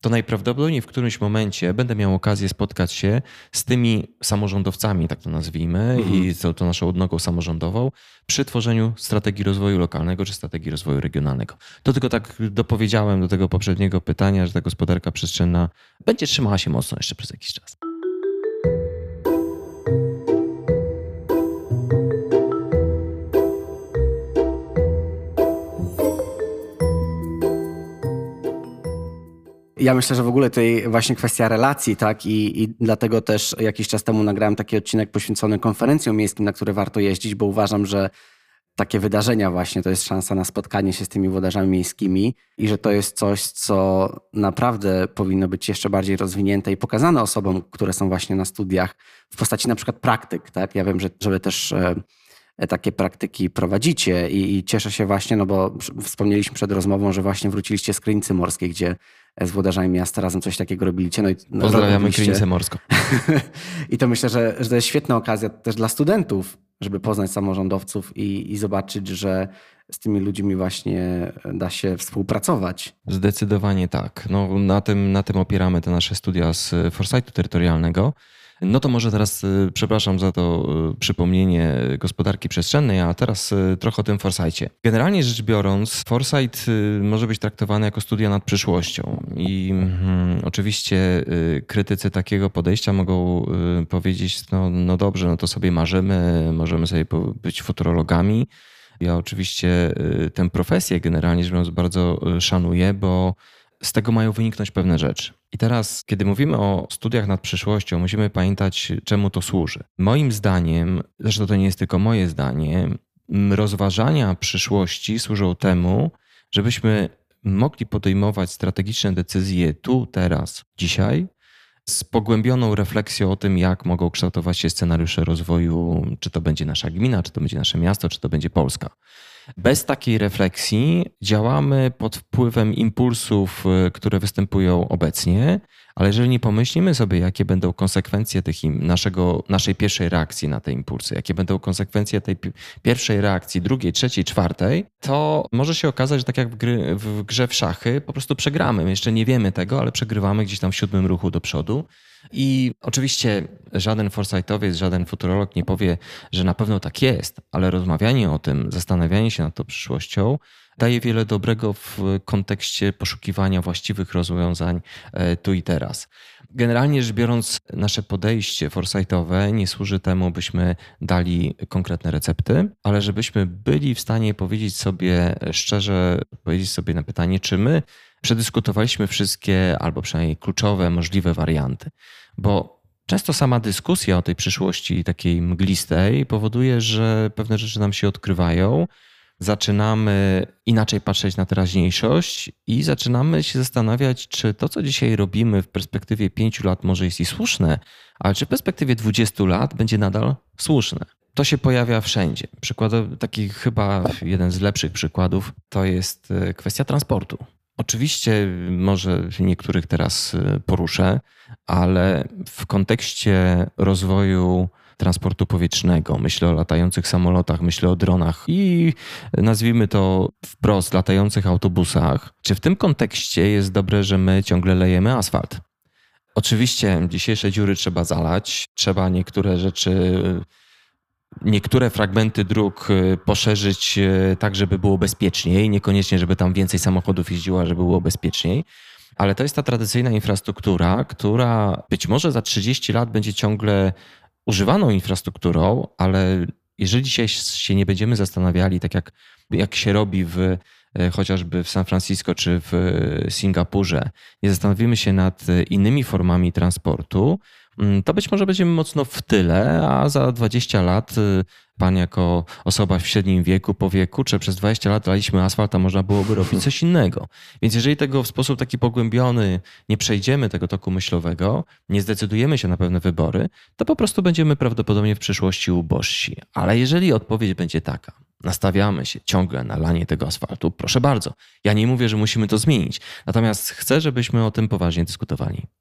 to najprawdopodobniej w którymś momencie będę miał okazję spotkać się z tymi samorządowcami, tak to nazwijmy, mhm. i to, to naszą odnogą samorządową przy tworzeniu strategii rozwoju lokalnego czy strategii rozwoju regionalnego. To tylko tak dopowiedziałem do tego poprzedniego pytania, że ta gospodarka przestrzenna będzie trzymała się mocno jeszcze przez jakiś czas. Ja myślę, że w ogóle tutaj właśnie kwestia relacji, tak? I, I dlatego też jakiś czas temu nagrałem taki odcinek poświęcony konferencjom miejskim, na które warto jeździć, bo uważam, że takie wydarzenia właśnie to jest szansa na spotkanie się z tymi włodarzami miejskimi i że to jest coś, co naprawdę powinno być jeszcze bardziej rozwinięte i pokazane osobom, które są właśnie na studiach w postaci na przykład praktyk, tak? Ja wiem, że, że wy też e, takie praktyki prowadzicie i, i cieszę się właśnie, no bo wspomnieliśmy przed rozmową, że właśnie wróciliście z Krynicy Morskiej, gdzie z włodarzami miasta razem coś takiego robiliście. No i pozdrawiamy Krynicę Morską. I to myślę, że, że to jest świetna okazja też dla studentów, żeby poznać samorządowców i, i zobaczyć, że z tymi ludźmi właśnie da się współpracować. Zdecydowanie tak. No, na tym, na tym opieramy te nasze studia z Foresightu terytorialnego. No to może teraz, przepraszam za to przypomnienie gospodarki przestrzennej, a teraz trochę o tym Foresighcie. Generalnie rzecz biorąc, Foresight może być traktowany jako studia nad przyszłością i hmm, oczywiście krytycy takiego podejścia mogą powiedzieć, no, no dobrze, no to sobie marzymy, możemy sobie być futurologami. Ja oczywiście tę profesję generalnie rzecz biorąc bardzo szanuję, bo z tego mają wyniknąć pewne rzeczy. I teraz, kiedy mówimy o studiach nad przyszłością, musimy pamiętać, czemu to służy. Moim zdaniem, zresztą to nie jest tylko moje zdanie, rozważania przyszłości służą temu, żebyśmy mogli podejmować strategiczne decyzje tu, teraz, dzisiaj, z pogłębioną refleksją o tym, jak mogą kształtować się scenariusze rozwoju, czy to będzie nasza gmina, czy to będzie nasze miasto, czy to będzie Polska. Bez takiej refleksji działamy pod wpływem impulsów, które występują obecnie, ale jeżeli nie pomyślimy sobie, jakie będą konsekwencje tych im, naszego, naszej pierwszej reakcji na te impulsy, jakie będą konsekwencje tej pierwszej reakcji, drugiej, trzeciej, czwartej, to może się okazać, że tak jak w, gry, w grze w szachy, po prostu przegramy. My jeszcze nie wiemy tego, ale przegrywamy gdzieś tam w siódmym ruchu do przodu. I oczywiście żaden foresightowiec, żaden futurolog nie powie, że na pewno tak jest, ale rozmawianie o tym, zastanawianie się nad tą przyszłością daje wiele dobrego w kontekście poszukiwania właściwych rozwiązań tu i teraz. Generalnie rzecz biorąc, nasze podejście foresightowe nie służy temu, byśmy dali konkretne recepty, ale żebyśmy byli w stanie powiedzieć sobie szczerze, powiedzieć sobie na pytanie, czy my przedyskutowaliśmy wszystkie albo przynajmniej kluczowe możliwe warianty. Bo często sama dyskusja o tej przyszłości takiej mglistej powoduje, że pewne rzeczy nam się odkrywają, zaczynamy inaczej patrzeć na teraźniejszość i zaczynamy się zastanawiać, czy to, co dzisiaj robimy w perspektywie pięciu lat może jest i słuszne, ale czy w perspektywie dwudziestu lat będzie nadal słuszne. To się pojawia wszędzie. Przykładowy, taki chyba jeden z lepszych przykładów to jest kwestia transportu. Oczywiście może niektórych teraz poruszę, ale w kontekście rozwoju transportu powietrznego, myślę o latających samolotach, myślę o dronach i nazwijmy to wprost latających autobusach. Czy w tym kontekście jest dobre, że my ciągle lejemy asfalt? Oczywiście dzisiejsze dziury trzeba zalać, trzeba niektóre rzeczy, niektóre fragmenty dróg poszerzyć tak, żeby było bezpieczniej, niekoniecznie, żeby tam więcej samochodów jeździło, żeby było bezpieczniej. Ale to jest ta tradycyjna infrastruktura, która być może za trzydzieści lat będzie ciągle używaną infrastrukturą, ale jeżeli dzisiaj się nie będziemy zastanawiali, tak jak, jak się robi w, chociażby w San Francisco czy w Singapurze, nie zastanowimy się nad innymi formami transportu, to być może będziemy mocno w tyle, a za dwadzieścia lat pan jako osoba w średnim wieku powie, kurczę, przez dwadzieścia lat laliśmy asfalt, a można byłoby robić coś innego. Więc jeżeli tego w sposób taki pogłębiony nie przejdziemy tego toku myślowego, nie zdecydujemy się na pewne wybory, to po prostu będziemy prawdopodobnie w przyszłości ubożsi. Ale jeżeli odpowiedź będzie taka, nastawiamy się ciągle na lanie tego asfaltu, proszę bardzo. Ja nie mówię, że musimy to zmienić. Natomiast chcę, żebyśmy o tym poważnie dyskutowali.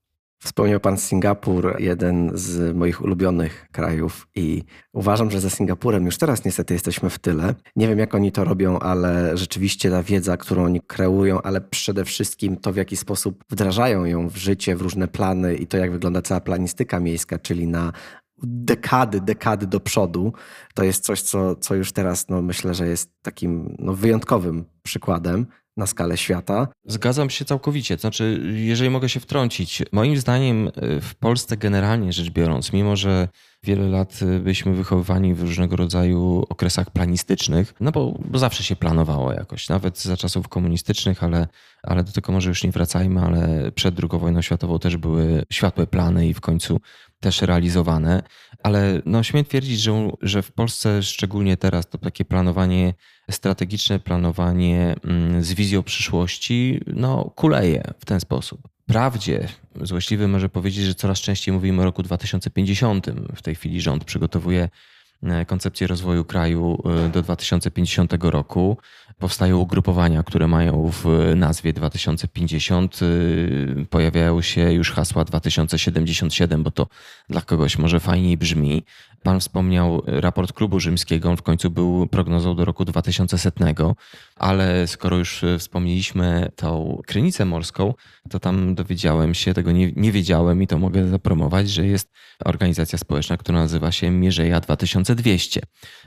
Wspomniał pan Singapur, jeden z moich ulubionych krajów i uważam, że za Singapurem już teraz niestety jesteśmy w tyle. Nie wiem, jak oni to robią, ale rzeczywiście ta wiedza, którą oni kreują, ale przede wszystkim to, w jaki sposób wdrażają ją w życie, w różne plany i to, jak wygląda cała planistyka miejska, czyli na dekady, dekady do przodu, to jest coś, co, co już teraz no, myślę, że jest takim no, wyjątkowym przykładem na skalę świata. Zgadzam się całkowicie. To znaczy, jeżeli mogę się wtrącić, moim zdaniem w Polsce generalnie rzecz biorąc, mimo że wiele lat byliśmy wychowywani w różnego rodzaju okresach planistycznych, no bo, bo zawsze się planowało jakoś, nawet za czasów komunistycznych, ale, ale do tego może już nie wracajmy, ale przed drugą wojną światową też były światłe plany i w końcu też realizowane, ale no śmiem twierdzić, że, że w Polsce szczególnie teraz to takie planowanie strategiczne, planowanie z wizją przyszłości no kuleje w ten sposób. Wprawdzie złośliwy może powiedzieć, że coraz częściej mówimy o roku dwa tysiące pięćdziesiątym. W tej chwili rząd przygotowuje koncepcję rozwoju kraju do dwa tysiące pięćdziesiątego roku. Powstają ugrupowania, które mają w nazwie dwa tysiące pięćdziesiąt. Pojawiają się już hasła dwa tysiące siedemdziesiąt siedem, bo to dla kogoś może fajniej brzmi. Pan wspomniał raport Klubu Rzymskiego, on w końcu był prognozą do roku dwa tysiące setnego, ale skoro już wspomnieliśmy tą Krynicę Morską, to tam dowiedziałem się, tego nie, nie wiedziałem i to mogę zapromować, że jest organizacja społeczna, która nazywa się Mierzeja dwa tysiące dwieście.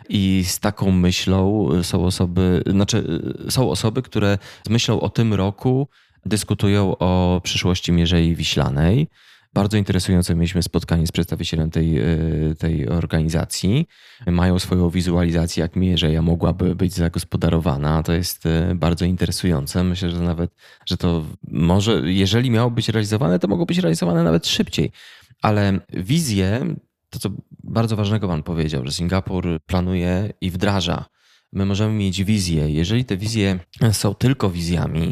I z taką myślą są osoby, znaczy są osoby, które z myślą o tym roku dyskutują o przyszłości Mierzei Wiślanej. Bardzo interesujące mieliśmy spotkanie z przedstawicielem tej, tej organizacji. Mają swoją wizualizację, jak Mierzeja mogłaby być zagospodarowana. To jest bardzo interesujące. Myślę, że nawet, że to może, jeżeli miało być realizowane, to mogło być realizowane nawet szybciej. Ale wizje, to co bardzo ważnego pan powiedział, że Singapur planuje i wdraża. My możemy mieć wizje. Jeżeli te wizje są tylko wizjami,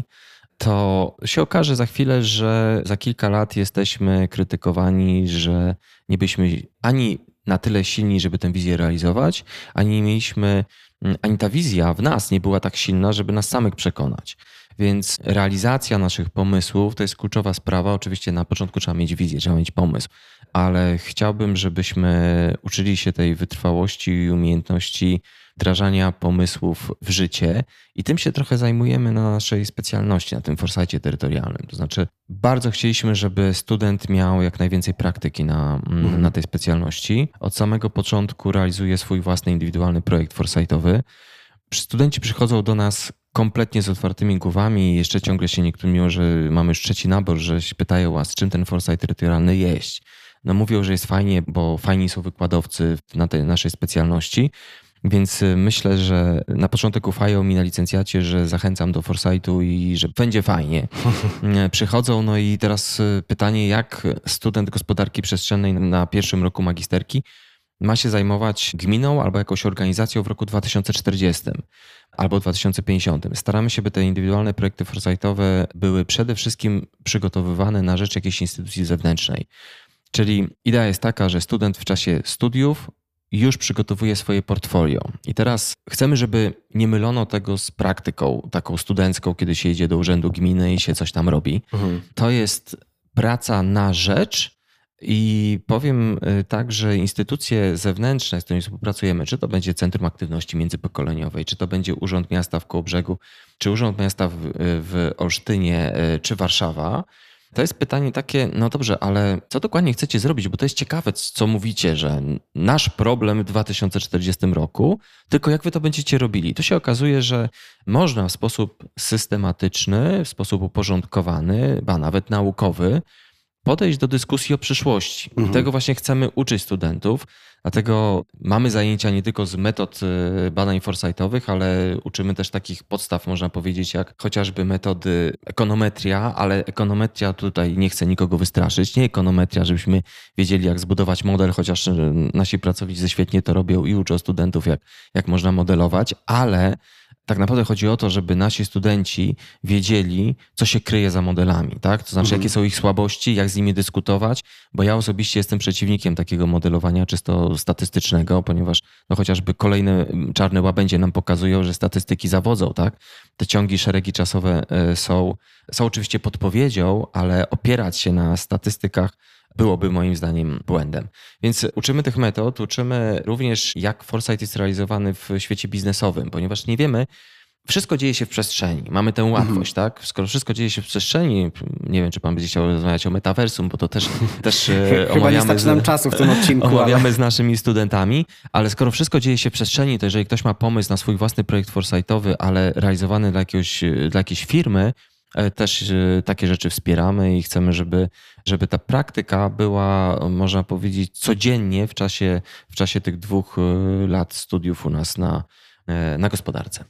to się okaże za chwilę, że za kilka lat jesteśmy krytykowani, że nie byliśmy ani na tyle silni, żeby tę wizję realizować, ani nie mieliśmy, ani ta wizja w nas nie była tak silna, żeby nas samych przekonać. Więc realizacja naszych pomysłów to jest kluczowa sprawa. Oczywiście na początku trzeba mieć wizję, trzeba mieć pomysł, ale chciałbym, żebyśmy uczyli się tej wytrwałości i umiejętności wdrażania pomysłów w życie i tym się trochę zajmujemy na naszej specjalności, na tym forsajcie terytorialnym. To znaczy bardzo chcieliśmy, żeby student miał jak najwięcej praktyki na, mhm. na tej specjalności. Od samego początku realizuje swój własny indywidualny projekt forsajtowy. Studenci przychodzą do nas kompletnie z otwartymi głowami i jeszcze ciągle się niektórym, mimo że mamy już trzeci nabór, że się pytają was, czym ten forsajt terytorialny jest. No mówią, że jest fajnie, bo fajni są wykładowcy na tej naszej specjalności. Więc myślę, że na początek ufają mi na licencjacie, że zachęcam do foresightu i że będzie fajnie. Przychodzą, no i teraz pytanie, jak student gospodarki przestrzennej na pierwszym roku magisterki ma się zajmować gminą albo jakąś organizacją w roku dwa tysiące czterdziestym albo dwa tysiące pięćdziesiątym. Staramy się, by te indywidualne projekty foresightowe były przede wszystkim przygotowywane na rzecz jakiejś instytucji zewnętrznej. Czyli idea jest taka, że student w czasie studiów już przygotowuje swoje portfolio. I teraz chcemy, żeby nie mylono tego z praktyką taką studencką, kiedy się jedzie do urzędu gminy i się coś tam robi. Mhm. To jest praca na rzecz i powiem tak, że instytucje zewnętrzne, z którymi współpracujemy, czy to będzie Centrum Aktywności Międzypokoleniowej, czy to będzie Urząd Miasta w Kołobrzegu, czy Urząd Miasta w, w Olsztynie, czy Warszawa, to jest pytanie takie, no dobrze, ale co dokładnie chcecie zrobić? Bo to jest ciekawe, co mówicie, że nasz problem w dwa tysiące czterdziestym roku, tylko jak wy to będziecie robili? To się okazuje, że można w sposób systematyczny, w sposób uporządkowany, ba nawet naukowy, podejść do dyskusji o przyszłości. Mhm. I tego właśnie chcemy uczyć studentów. Dlatego mamy zajęcia nie tylko z metod badań foresightowych, ale uczymy też takich podstaw, można powiedzieć, jak chociażby metody ekonometria, ale ekonometria tutaj nie chce nikogo wystraszyć. Nie ekonometria, żebyśmy wiedzieli, jak zbudować model, chociaż nasi pracownicy świetnie to robią i uczą studentów, jak, jak można modelować, ale tak naprawdę chodzi o to, żeby nasi studenci wiedzieli, co się kryje za modelami, tak? To znaczy, mhm. jakie są ich słabości, jak z nimi dyskutować, bo ja osobiście jestem przeciwnikiem takiego modelowania czysto statystycznego, ponieważ no chociażby kolejne czarne łabędzie nam pokazują, że statystyki zawodzą, tak? Te ciągi, szeregi czasowe są, są oczywiście podpowiedzią, ale opierać się na statystykach byłoby moim zdaniem błędem. Więc uczymy tych metod, uczymy również, jak foresight jest realizowany w świecie biznesowym, ponieważ nie wiemy, wszystko dzieje się w przestrzeni. Mamy tę łatwość, mhm. tak? Skoro wszystko dzieje się w przestrzeni, nie wiem, czy pan będzie chciał rozmawiać o metaversum, bo to też, też Chyba omawiamy, nie starczy nam czasu w tym odcinku. Omawiamy ale... z naszymi studentami, ale skoro wszystko dzieje się w przestrzeni, to jeżeli ktoś ma pomysł na swój własny projekt foresightowy, ale realizowany dla, jakiegoś, dla jakiejś firmy, też takie rzeczy wspieramy i chcemy, żeby, żeby ta praktyka była, można powiedzieć, codziennie w czasie, w czasie tych dwóch lat studiów u nas na, na gospodarce.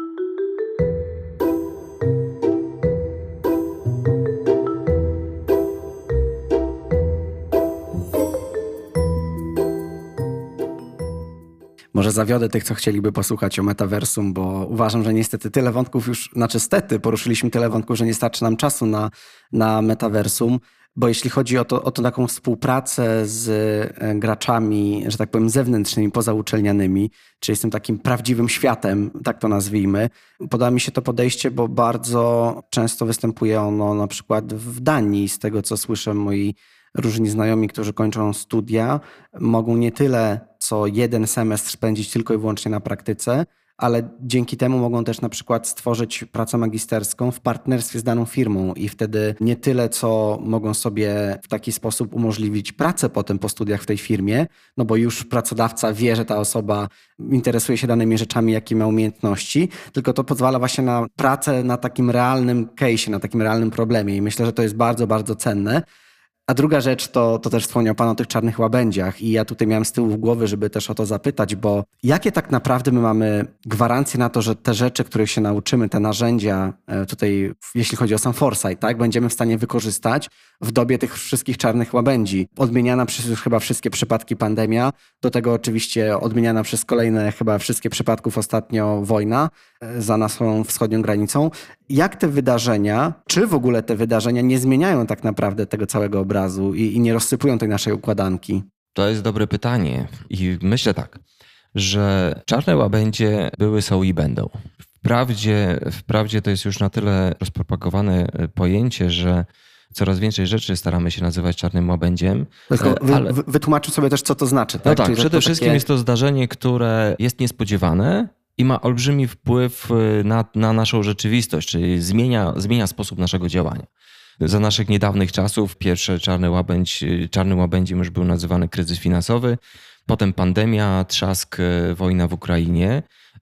Może zawiodę tych, co chcieliby posłuchać o metaversum, bo uważam, że niestety tyle wątków już, znaczy stety, poruszyliśmy tyle wątków, że nie starczy nam czasu na, na metaversum, bo jeśli chodzi o, to, o tą taką współpracę z graczami, że tak powiem, zewnętrznymi, pozauczelnianymi, czyli z tym takim prawdziwym światem, tak to nazwijmy, podoba mi się to podejście, bo bardzo często występuje ono na przykład w Danii, z tego co słyszę moi różni znajomi, którzy kończą studia, mogą nie tyle co jeden semestr spędzić tylko i wyłącznie na praktyce, ale dzięki temu mogą też na przykład stworzyć pracę magisterską w partnerstwie z daną firmą i wtedy nie tyle co mogą sobie w taki sposób umożliwić pracę potem po studiach w tej firmie, no bo już pracodawca wie, że ta osoba interesuje się danymi rzeczami, jakie ma umiejętności, tylko to pozwala właśnie na pracę na takim realnym case'ie, na takim realnym problemie i myślę, że to jest bardzo, bardzo cenne. A druga rzecz, to, to też wspomniał Pan o tych czarnych łabędziach i ja tutaj miałem z tyłu głowy, żeby też o to zapytać, bo jakie tak naprawdę my mamy gwarancje na to, że te rzeczy, których się nauczymy, te narzędzia tutaj, jeśli chodzi o sam foresight, tak, będziemy w stanie wykorzystać w dobie tych wszystkich czarnych łabędzi. Odmieniana przez już chyba wszystkie przypadki pandemia, do tego oczywiście odmieniana przez kolejne chyba wszystkie przypadków ostatnio wojna za naszą wschodnią granicą. Jak te wydarzenia, czy w ogóle te wydarzenia nie zmieniają tak naprawdę tego całego obrazu i, i nie rozsypują tej naszej układanki? To jest dobre pytanie i myślę tak, że czarne łabędzie były, są i będą. Wprawdzie, wprawdzie to jest już na tyle rozpropagowane pojęcie, że coraz więcej rzeczy staramy się nazywać czarnym łabędziem. Tylko wy, ale... wytłumaczył sobie też, co to znaczy. Tak? No tak, Czyli przede to wszystkim takie... jest to zdarzenie, które jest niespodziewane i ma olbrzymi wpływ na, na naszą rzeczywistość, czyli zmienia, zmienia sposób naszego działania. Za naszych niedawnych czasów pierwsze czarny łabędź, czarnym łabędziem już był nazywany kryzys finansowy, potem pandemia, trzask, wojna w Ukrainie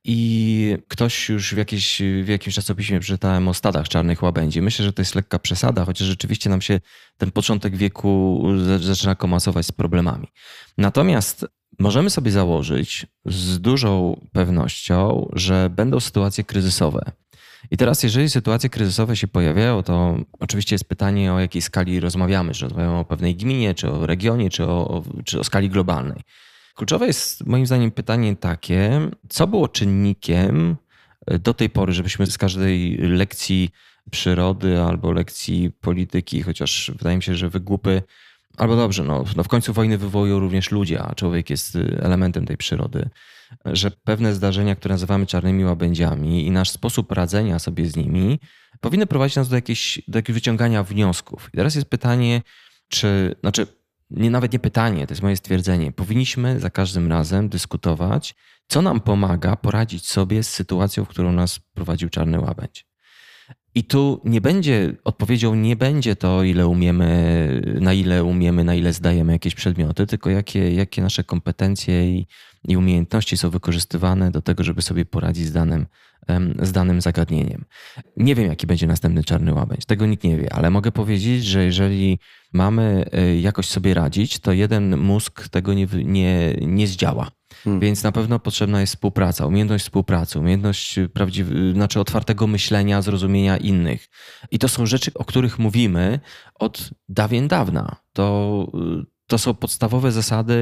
i ktoś już w, jakieś, w jakimś czasopiśmie przeczytałem o stadach czarnych łabędzi. Myślę, że to jest lekka przesada, chociaż rzeczywiście nam się ten początek wieku zaczyna komasować z problemami. Natomiast możemy sobie założyć z dużą pewnością, że będą sytuacje kryzysowe. I teraz, jeżeli sytuacje kryzysowe się pojawiają, to oczywiście jest pytanie, o jakiej skali rozmawiamy. Czy rozmawiamy o pewnej gminie, czy o regionie, czy o, czy o skali globalnej. Kluczowe jest moim zdaniem pytanie takie, co było czynnikiem do tej pory, żebyśmy z każdej lekcji przyrody albo lekcji polityki, chociaż wydaje mi się, że wygłupy, albo dobrze, no, no w końcu wojny wywołują również ludzie, a człowiek jest elementem tej przyrody, że pewne zdarzenia, które nazywamy czarnymi łabędziami i nasz sposób radzenia sobie z nimi powinny prowadzić nas do jakiegoś, do jakiegoś wyciągania wniosków. I teraz jest pytanie, czy, znaczy nie, nawet nie pytanie, to jest moje stwierdzenie, powinniśmy za każdym razem dyskutować, co nam pomaga poradzić sobie z sytuacją, w którą nas prowadził czarny łabędź. I tu nie będzie, odpowiedzią nie będzie to, ile umiemy, na ile umiemy, na ile zdajemy jakieś przedmioty, tylko jakie, jakie nasze kompetencje i, i umiejętności są wykorzystywane do tego, żeby sobie poradzić z danym, z danym zagadnieniem. Nie wiem, jaki będzie następny czarny łabędź, tego nikt nie wie, ale mogę powiedzieć, że jeżeli mamy jakoś sobie radzić, to jeden mózg tego nie, nie, nie zdziała. Hmm. Więc na pewno potrzebna jest współpraca, umiejętność współpracy, umiejętność prawdziw- znaczy otwartego myślenia, zrozumienia innych. I to są rzeczy, o których mówimy od dawien dawna. To, to są podstawowe zasady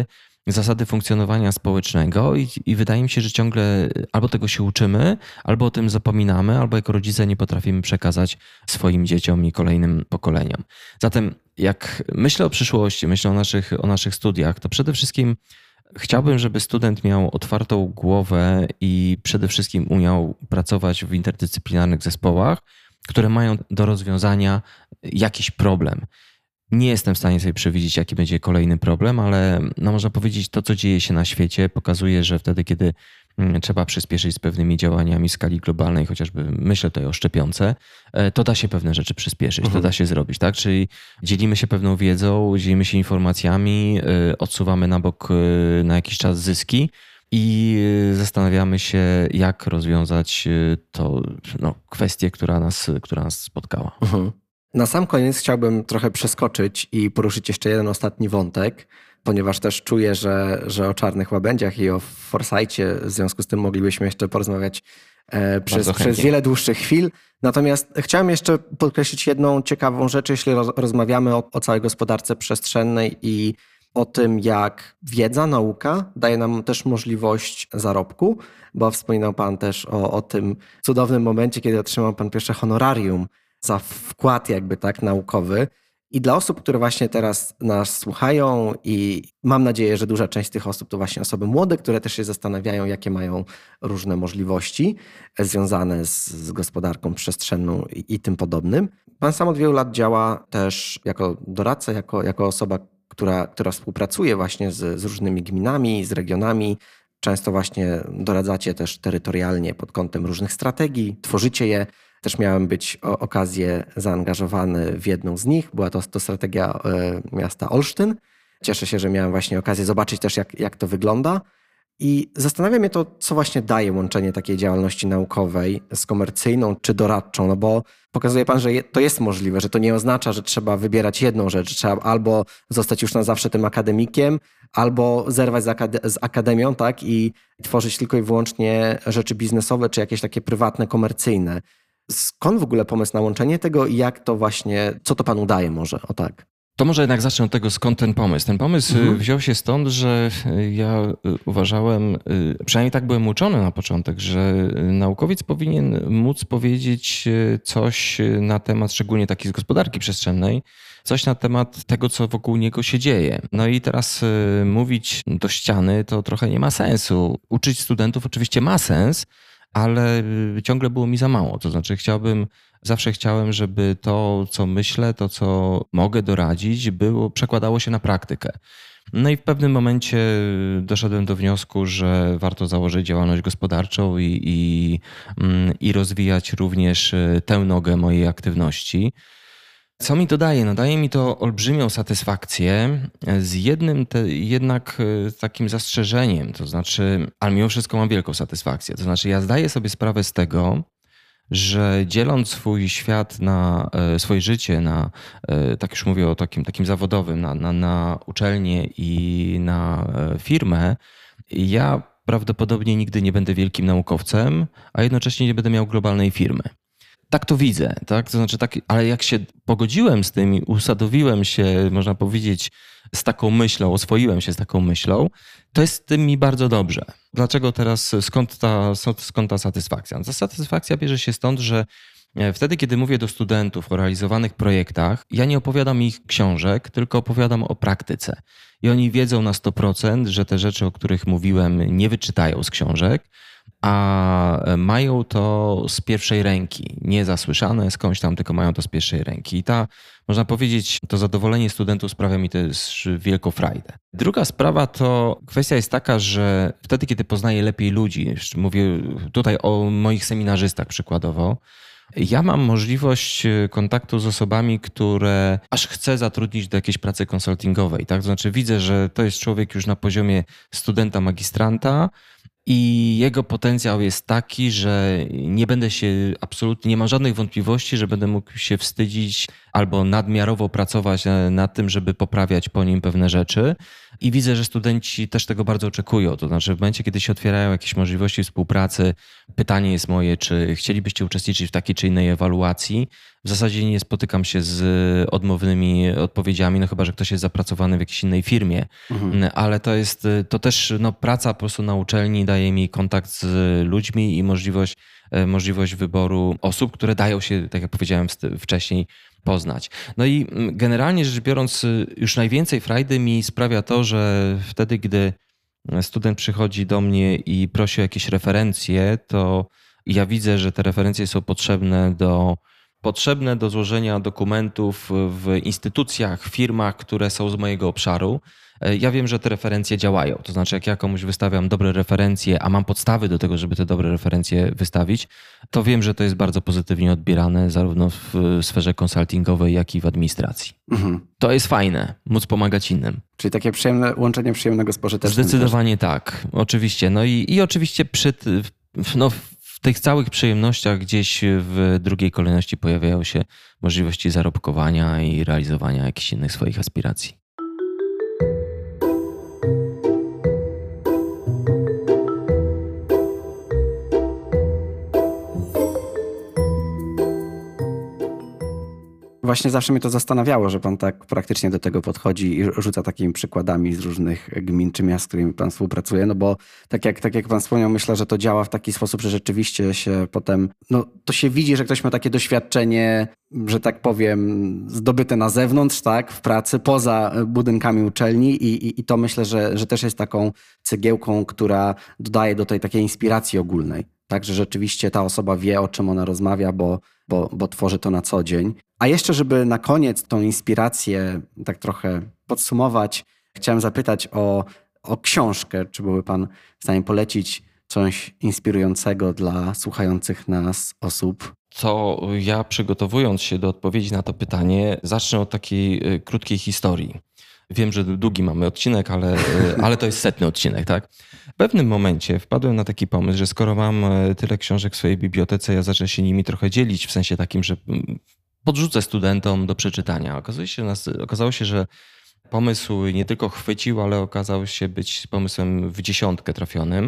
zasady funkcjonowania społecznego i, i wydaje mi się, że ciągle albo tego się uczymy, albo o tym zapominamy, albo jako rodzice nie potrafimy przekazać swoim dzieciom i kolejnym pokoleniom. Zatem jak myślę o przyszłości, myślę o naszych, o naszych studiach, to przede wszystkim chciałbym, żeby student miał otwartą głowę i przede wszystkim umiał pracować w interdyscyplinarnych zespołach, które mają do rozwiązania jakiś problem. Nie jestem w stanie sobie przewidzieć, jaki będzie kolejny problem, ale no można powiedzieć, to, co dzieje się na świecie, pokazuje, że wtedy, kiedy trzeba przyspieszyć z pewnymi działaniami w skali globalnej, chociażby myślę tutaj o szczepionce, to da się pewne rzeczy przyspieszyć, mhm. to da się zrobić, tak? Czyli dzielimy się pewną wiedzą, dzielimy się informacjami, odsuwamy na bok na jakiś czas zyski i zastanawiamy się, jak rozwiązać to no, kwestię, która nas, która nas spotkała. Mhm. Na sam koniec chciałbym trochę przeskoczyć i poruszyć jeszcze jeden ostatni wątek, ponieważ też czuję, że, że o czarnych łabędziach i o Foresightie w związku z tym moglibyśmy jeszcze porozmawiać e, przez, przez wiele dłuższych chwil. Natomiast chciałem jeszcze podkreślić jedną ciekawą rzecz, jeśli roz, rozmawiamy o, o całej gospodarce przestrzennej i o tym, jak wiedza, nauka daje nam też możliwość zarobku, bo wspominał Pan też o, o tym cudownym momencie, kiedy otrzymał Pan pierwsze honorarium za wkład jakby tak naukowy. I dla osób, które właśnie teraz nas słuchają i mam nadzieję, że duża część z tych osób to właśnie osoby młode, które też się zastanawiają, jakie mają różne możliwości związane z, z gospodarką przestrzenną i, i tym podobnym. Pan sam od wielu lat działa też jako doradca, jako, jako osoba, która, która współpracuje właśnie z, z różnymi gminami, z regionami. Często właśnie doradzacie też terytorialnie pod kątem różnych strategii, tworzycie je. Też miałem być o, okazję zaangażowany w jedną z nich. Była to, to strategia y, miasta Olsztyn. Cieszę się, że miałem właśnie okazję zobaczyć też, jak, jak to wygląda. I zastanawia mnie to, co właśnie daje łączenie takiej działalności naukowej z komercyjną czy doradczą, no bo pokazuje Pan, że je, to jest możliwe, że to nie oznacza, że trzeba wybierać jedną rzecz, że trzeba albo zostać już na zawsze tym akademikiem, albo zerwać z, akade- z akademią, tak, i tworzyć tylko i wyłącznie rzeczy biznesowe czy jakieś takie prywatne, komercyjne. Skąd w ogóle pomysł na łączenie tego i jak to właśnie, co to Panu daje może, o tak? To może jednak zacznę od tego, skąd ten pomysł. Ten pomysł mhm. wziął się stąd, że ja uważałem, przynajmniej tak byłem uczony na początek, że naukowiec powinien móc powiedzieć coś na temat, szczególnie takiej z gospodarki przestrzennej, coś na temat tego, co wokół niego się dzieje. No i teraz mówić do ściany to trochę nie ma sensu. Uczyć studentów oczywiście ma sens, ale ciągle było mi za mało. To znaczy chciałbym, zawsze chciałem, żeby to, co myślę, to, co mogę doradzić, było, przekładało się na praktykę. No i w pewnym momencie doszedłem do wniosku, że warto założyć działalność gospodarczą i, i, i rozwijać również tę nogę mojej aktywności. Co mi to daje? No daje mi to olbrzymią satysfakcję z jednym te, jednak takim zastrzeżeniem, to znaczy, ale mimo wszystko mam wielką satysfakcję. To znaczy ja zdaję sobie sprawę z tego, że dzieląc swój świat na swoje życie, na, tak już mówię o takim, takim zawodowym, na, na, na uczelnię i na firmę, ja prawdopodobnie nigdy nie będę wielkim naukowcem, a jednocześnie nie będę miał globalnej firmy. Tak to widzę, tak? To znaczy tak, ale jak się pogodziłem z tym i usadowiłem się, można powiedzieć, z taką myślą, oswoiłem się z taką myślą, to jest z tym mi bardzo dobrze. Dlaczego teraz, skąd ta, skąd ta satysfakcja? Ta satysfakcja bierze się stąd, że wtedy, kiedy mówię do studentów o realizowanych projektach, ja nie opowiadam ich książek, tylko opowiadam o praktyce. I oni wiedzą na sto procent, że te rzeczy, o których mówiłem, nie wyczytają z książek, a mają to z pierwszej ręki, nie zasłyszane skądś tam, tylko mają to z pierwszej ręki. I ta, można powiedzieć, to zadowolenie studentów sprawia mi też wielką frajdę. Druga sprawa to kwestia jest taka, że wtedy, kiedy poznaję lepiej ludzi, mówię tutaj o moich seminarzystach przykładowo, ja mam możliwość kontaktu z osobami, które aż chcę zatrudnić do jakiejś pracy konsultingowej. Tak? To znaczy widzę, że to jest człowiek już na poziomie studenta, magistranta, i jego potencjał jest taki, że nie będę się absolutnie, nie mam żadnych wątpliwości, że będę mógł się wstydzić albo nadmiarowo pracować nad tym, żeby poprawiać po nim pewne rzeczy. I widzę, że studenci też tego bardzo oczekują. To znaczy w momencie, kiedy się otwierają jakieś możliwości współpracy, pytanie jest moje, czy chcielibyście uczestniczyć w takiej czy innej ewaluacji, w zasadzie nie spotykam się z odmownymi odpowiedziami, no chyba że ktoś jest zapracowany w jakiejś innej firmie, mhm. ale to jest to też no, praca po prostu na uczelni daje mi kontakt z ludźmi i możliwość, możliwość wyboru osób, które dają się, tak jak powiedziałem wcześniej, poznać. No i generalnie rzecz biorąc, już najwięcej frajdy mi sprawia to, że wtedy, gdy student przychodzi do mnie i prosi o jakieś referencje, to ja widzę, że te referencje są potrzebne do, potrzebne do złożenia dokumentów w instytucjach, firmach, które są z mojego obszaru. Ja wiem, że te referencje działają. To znaczy, jak ja komuś wystawiam dobre referencje, a mam podstawy do tego, żeby te dobre referencje wystawić, to wiem, że to jest bardzo pozytywnie odbierane zarówno w sferze konsultingowej, jak i w administracji. Mhm. To jest fajne, móc pomagać innym. Czyli takie przyjemne, łączenie przyjemnego z pożytecznym. Zdecydowanie też. Tak, oczywiście. No i, i oczywiście przy, no, w tych całych przyjemnościach gdzieś w drugiej kolejności pojawiają się możliwości zarobkowania i realizowania jakichś innych swoich aspiracji. Właśnie zawsze mnie to zastanawiało, że pan tak praktycznie do tego podchodzi i rzuca takimi przykładami z różnych gmin czy miast, z którymi pan współpracuje, no bo tak jak, tak jak pan wspomniał, myślę, że to działa w taki sposób, że rzeczywiście się potem, no to się widzi, że ktoś ma takie doświadczenie, że tak powiem, zdobyte na zewnątrz, tak, w pracy, poza budynkami uczelni i, i, i to myślę, że, że też jest taką cegiełką, która dodaje do tej takiej inspiracji ogólnej. Tak, że rzeczywiście ta osoba wie, o czym ona rozmawia, bo, bo, bo tworzy to na co dzień. A jeszcze, żeby na koniec tą inspirację tak trochę podsumować, chciałem zapytać o, o książkę. Czy byłby pan w stanie polecić coś inspirującego dla słuchających nas osób? To ja, przygotowując się do odpowiedzi na to pytanie, zacznę od takiej krótkiej historii. Wiem, że długi mamy odcinek, ale, ale to jest setny odcinek, tak? W pewnym momencie wpadłem na taki pomysł, że skoro mam tyle książek w swojej bibliotece, ja zacznę się nimi trochę dzielić, w sensie takim, że podrzucę studentom do przeczytania. Okazuje się, okazało się, że pomysł nie tylko chwycił, ale okazał się być pomysłem w dziesiątkę trafionym,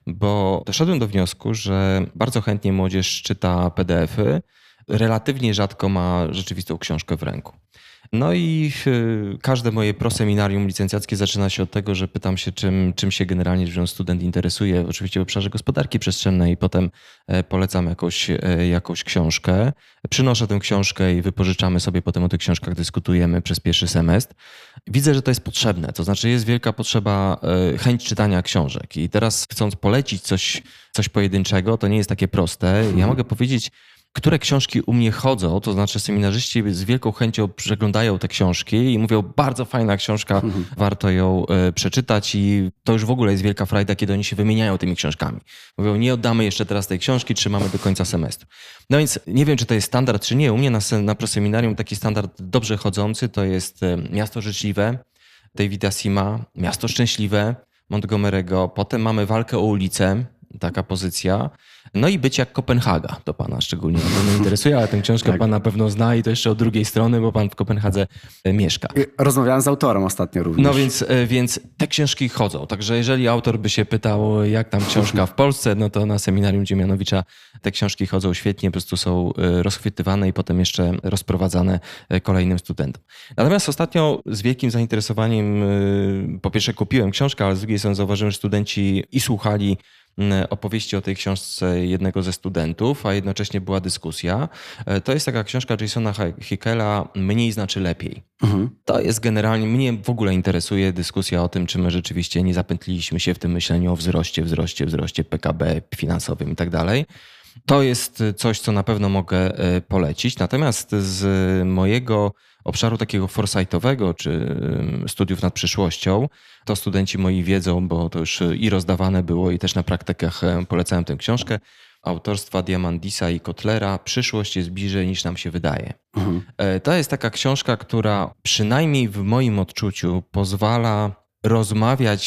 bo doszedłem do wniosku, że bardzo chętnie młodzież czyta P D F-y, relatywnie rzadko ma rzeczywistą książkę w ręku. No i każde moje proseminarium licencjackie zaczyna się od tego, że pytam się, czym, czym się generalnie rzecz biorąc student interesuje, oczywiście w obszarze gospodarki przestrzennej i potem polecam jakąś, jakąś książkę. Przynoszę tę książkę i wypożyczamy sobie potem o tych książkach, dyskutujemy przez pierwszy semestr. Widzę, że to jest potrzebne, to znaczy jest wielka potrzeba, chęć czytania książek i teraz chcąc polecić coś, coś pojedynczego, to nie jest takie proste. Ja mogę powiedzieć, które książki u mnie chodzą, to znaczy seminarzyści z wielką chęcią przeglądają te książki i mówią, bardzo fajna książka, mhm. warto ją y, przeczytać i to już w ogóle jest wielka frajda, kiedy oni się wymieniają tymi książkami. Mówią, nie oddamy jeszcze teraz tej książki, trzymamy do końca semestru. No więc nie wiem, czy to jest standard, czy nie. U mnie na, na proseminarium taki standard dobrze chodzący to jest Miasto Życzliwe, Davida Sima, Miasto Szczęśliwe, Montgomery'ego. Potem mamy Walkę o ulicę, taka pozycja. No i Być jak Kopenhaga, to pana szczególnie na pewno interesuje, ale tę książkę tak. pan na pewno zna i to jeszcze od drugiej strony, bo pan w Kopenhadze mieszka. Rozmawiałem z autorem ostatnio również. No więc, więc te książki chodzą, także jeżeli autor by się pytał, jak tam książka w Polsce, no to na seminarium Dziemianowicza te książki chodzą świetnie, po prostu są rozchwytywane i potem jeszcze rozprowadzane kolejnym studentom. Natomiast ostatnio z wielkim zainteresowaniem, po pierwsze kupiłem książkę, ale z drugiej strony zauważyłem, że studenci i słuchali opowieści o tej książce jednego ze studentów, a jednocześnie była dyskusja. To jest taka książka Jasona Hickela Mniej znaczy lepiej. Mhm. To jest generalnie, mnie w ogóle interesuje dyskusja o tym, czy my rzeczywiście nie zapętliliśmy się w tym myśleniu o wzroście, wzroście, wzroście P K B finansowym i tak dalej. To jest coś, co na pewno mogę polecić. Natomiast z mojego obszaru takiego foresightowego, czy studiów nad przyszłością, to studenci moi wiedzą, bo to już i rozdawane było i też na praktykach polecałem tę książkę, autorstwa Diamandisa i Kotlera Przyszłość jest bliżej niż nam się wydaje. Mhm. To jest taka książka, która przynajmniej w moim odczuciu pozwala rozmawiać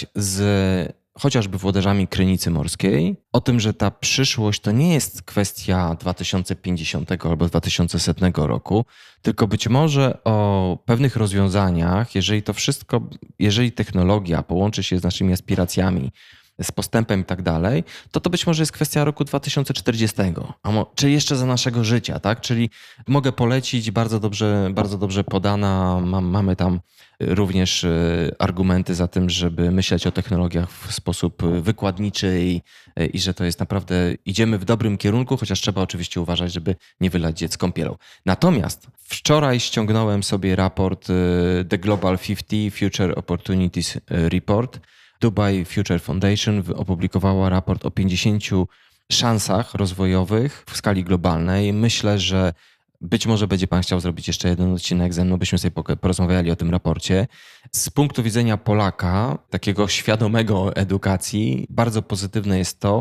z chociażby włodarzami Krynicy Morskiej, o tym, że ta przyszłość to nie jest kwestia dwa tysiące pięćdziesiątego albo dwa tysiące setnego roku, tylko być może o pewnych rozwiązaniach, jeżeli to wszystko, jeżeli technologia połączy się z naszymi aspiracjami z postępem i tak dalej, to to być może jest kwestia roku dwa tysiące czterdziestego, a mo- czy jeszcze za naszego życia, tak? Czyli mogę polecić, bardzo dobrze, bardzo dobrze podana, mam, mamy tam również argumenty za tym, żeby myśleć o technologiach w sposób wykładniczy i, i że to jest naprawdę, idziemy w dobrym kierunku, chociaż trzeba oczywiście uważać, żeby nie wylać dziecko kąpielą. Natomiast wczoraj ściągnąłem sobie raport The Global pięćdziesiąt Future Opportunities Report. Dubai Future Foundation opublikowała raport o pięćdziesięciu szansach rozwojowych w skali globalnej. Myślę, że być może będzie pan chciał zrobić jeszcze jeden odcinek ze mną, byśmy sobie porozmawiali o tym raporcie. Z punktu widzenia Polaka, takiego świadomego edukacji, bardzo pozytywne jest to,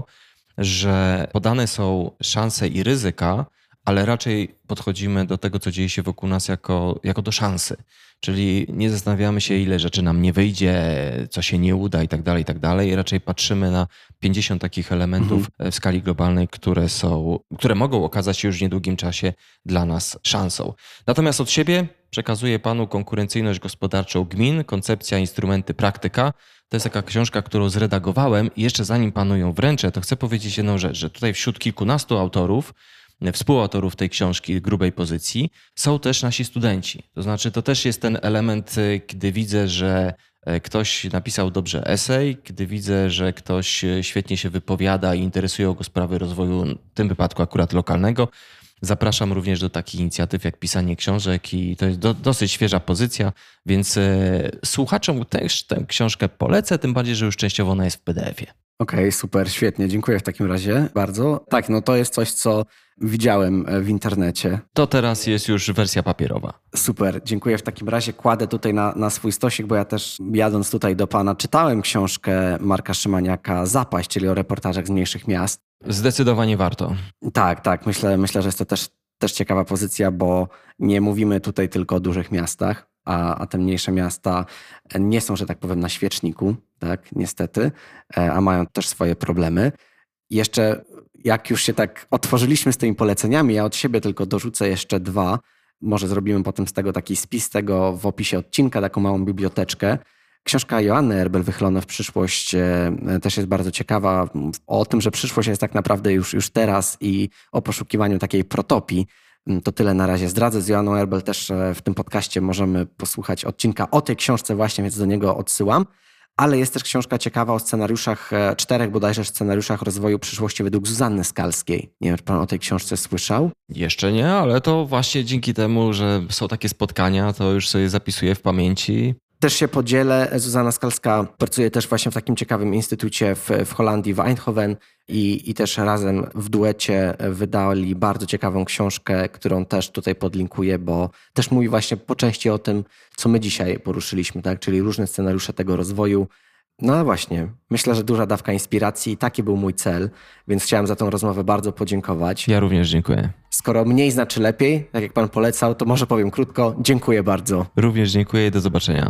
że podane są szanse i ryzyka, ale raczej podchodzimy do tego, co dzieje się wokół nas jako, jako do szansy. Czyli nie zastanawiamy się, ile rzeczy nam nie wyjdzie, co się nie uda i tak dalej, i tak dalej. Raczej patrzymy na pięćdziesiąt takich elementów mhm. w skali globalnej, które są, które mogą okazać się już w niedługim czasie dla nas szansą. Natomiast od siebie przekazuję panu Konkurencyjność gospodarczą gmin, koncepcja, instrumenty, praktyka. To jest taka książka, którą zredagowałem i jeszcze zanim panu ją wręczę, to chcę powiedzieć jedną rzecz, że tutaj wśród kilkunastu autorów, współautorów tej książki, grubej pozycji, są też nasi studenci. To znaczy, to też jest ten element, gdy widzę, że ktoś napisał dobrze esej, gdy widzę, że ktoś świetnie się wypowiada i interesują go sprawy rozwoju, w tym wypadku akurat lokalnego. Zapraszam również do takich inicjatyw jak pisanie książek i to jest do, dosyć świeża pozycja, więc e, słuchaczom też tę książkę polecę, tym bardziej, że już częściowo ona jest w P D F ie. Okej, okay, super, świetnie, dziękuję w takim razie bardzo. Tak, no to jest coś, co widziałem w internecie. To teraz jest już wersja papierowa. Super, dziękuję w takim razie. Kładę tutaj na, na swój stosik, bo ja też jadąc tutaj do pana czytałem książkę Marka Szymaniaka Zapaść, czyli o reportażach z mniejszych miast. Zdecydowanie warto. Tak, tak, myślę, myślę, że jest to też, też ciekawa pozycja, bo nie mówimy tutaj tylko o dużych miastach, a, a te mniejsze miasta nie są, że tak powiem, na świeczniku, tak, niestety, a mają też swoje problemy. Jeszcze jak już się tak otworzyliśmy z tymi poleceniami, ja od siebie tylko dorzucę jeszcze dwa. Może zrobimy potem z tego taki spis tego w opisie odcinka, taką małą biblioteczkę. Książka Joanny Erbel, Wychylone w przyszłość, też jest bardzo ciekawa o tym, że przyszłość jest tak naprawdę już, już teraz i o poszukiwaniu takiej protopii. To tyle na razie zdradzę. Z Joanną Erbel też w tym podcaście możemy posłuchać odcinka o tej książce właśnie, więc do niego odsyłam. Ale jest też książka ciekawa o scenariuszach, czterech bodajże scenariuszach rozwoju przyszłości według Zuzanny Skalskiej. Nie wiem, czy pan o tej książce słyszał? Jeszcze nie, ale to właśnie dzięki temu, że są takie spotkania, to już sobie zapisuję w pamięci. Też się podzielę. Zuzanna Skalska pracuje też właśnie w takim ciekawym instytucie w, w Holandii, w Eindhoven i, i też razem w duecie wydali bardzo ciekawą książkę, którą też tutaj podlinkuję, bo też mówi właśnie po części o tym, co my dzisiaj poruszyliśmy, tak? Czyli różne scenariusze tego rozwoju. No ale właśnie, myślę, że duża dawka inspiracji i taki był mój cel, więc chciałem za tą rozmowę bardzo podziękować. Ja również dziękuję. Skoro mniej znaczy lepiej, tak jak pan polecał, to może powiem krótko, dziękuję bardzo. Również dziękuję i do zobaczenia.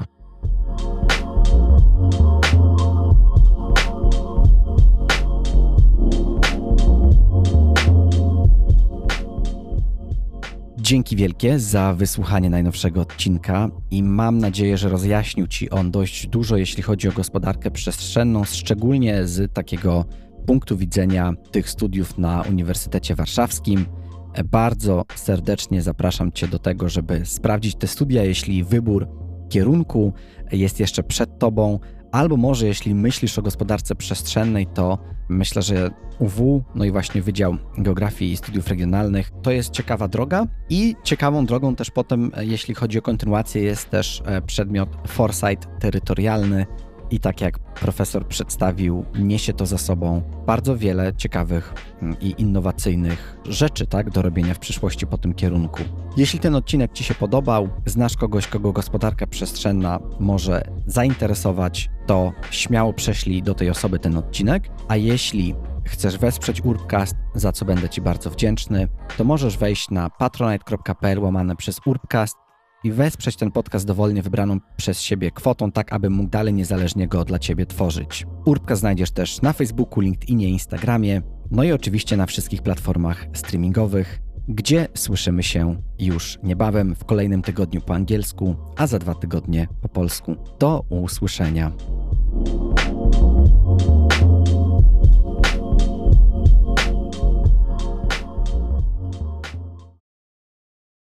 Dzięki wielkie za wysłuchanie najnowszego odcinka i mam nadzieję, że rozjaśnił Ci on dość dużo, jeśli chodzi o gospodarkę przestrzenną, szczególnie z takiego punktu widzenia tych studiów na Uniwersytecie Warszawskim. Bardzo serdecznie zapraszam Cię do tego, żeby sprawdzić te studia, jeśli wybór kierunku jest jeszcze przed Tobą, albo może jeśli myślisz o gospodarce przestrzennej, to myślę, że U W, no i właśnie Wydział Geografii i Studiów Regionalnych, to jest ciekawa droga i ciekawą drogą też potem, jeśli chodzi o kontynuację, jest też przedmiot foresight terytorialny i tak jak profesor przedstawił, niesie to za sobą bardzo wiele ciekawych i innowacyjnych rzeczy, tak, do robienia w przyszłości po tym kierunku. Jeśli ten odcinek Ci się podobał, znasz kogoś, kogo gospodarka przestrzenna może zainteresować, to śmiało prześlij do tej osoby ten odcinek, a jeśli chcesz wesprzeć Urbcast, za co będę Ci bardzo wdzięczny, to możesz wejść na patronite.pl łamane przez Urbcast i wesprzeć ten podcast dowolnie wybraną przez siebie kwotą, tak aby mógł dalej niezależnie go dla Ciebie tworzyć. Urbcast znajdziesz też na Facebooku, LinkedInie, Instagramie, no i oczywiście na wszystkich platformach streamingowych, gdzie słyszymy się już niebawem w kolejnym tygodniu po angielsku, a za dwa tygodnie po polsku. Do usłyszenia.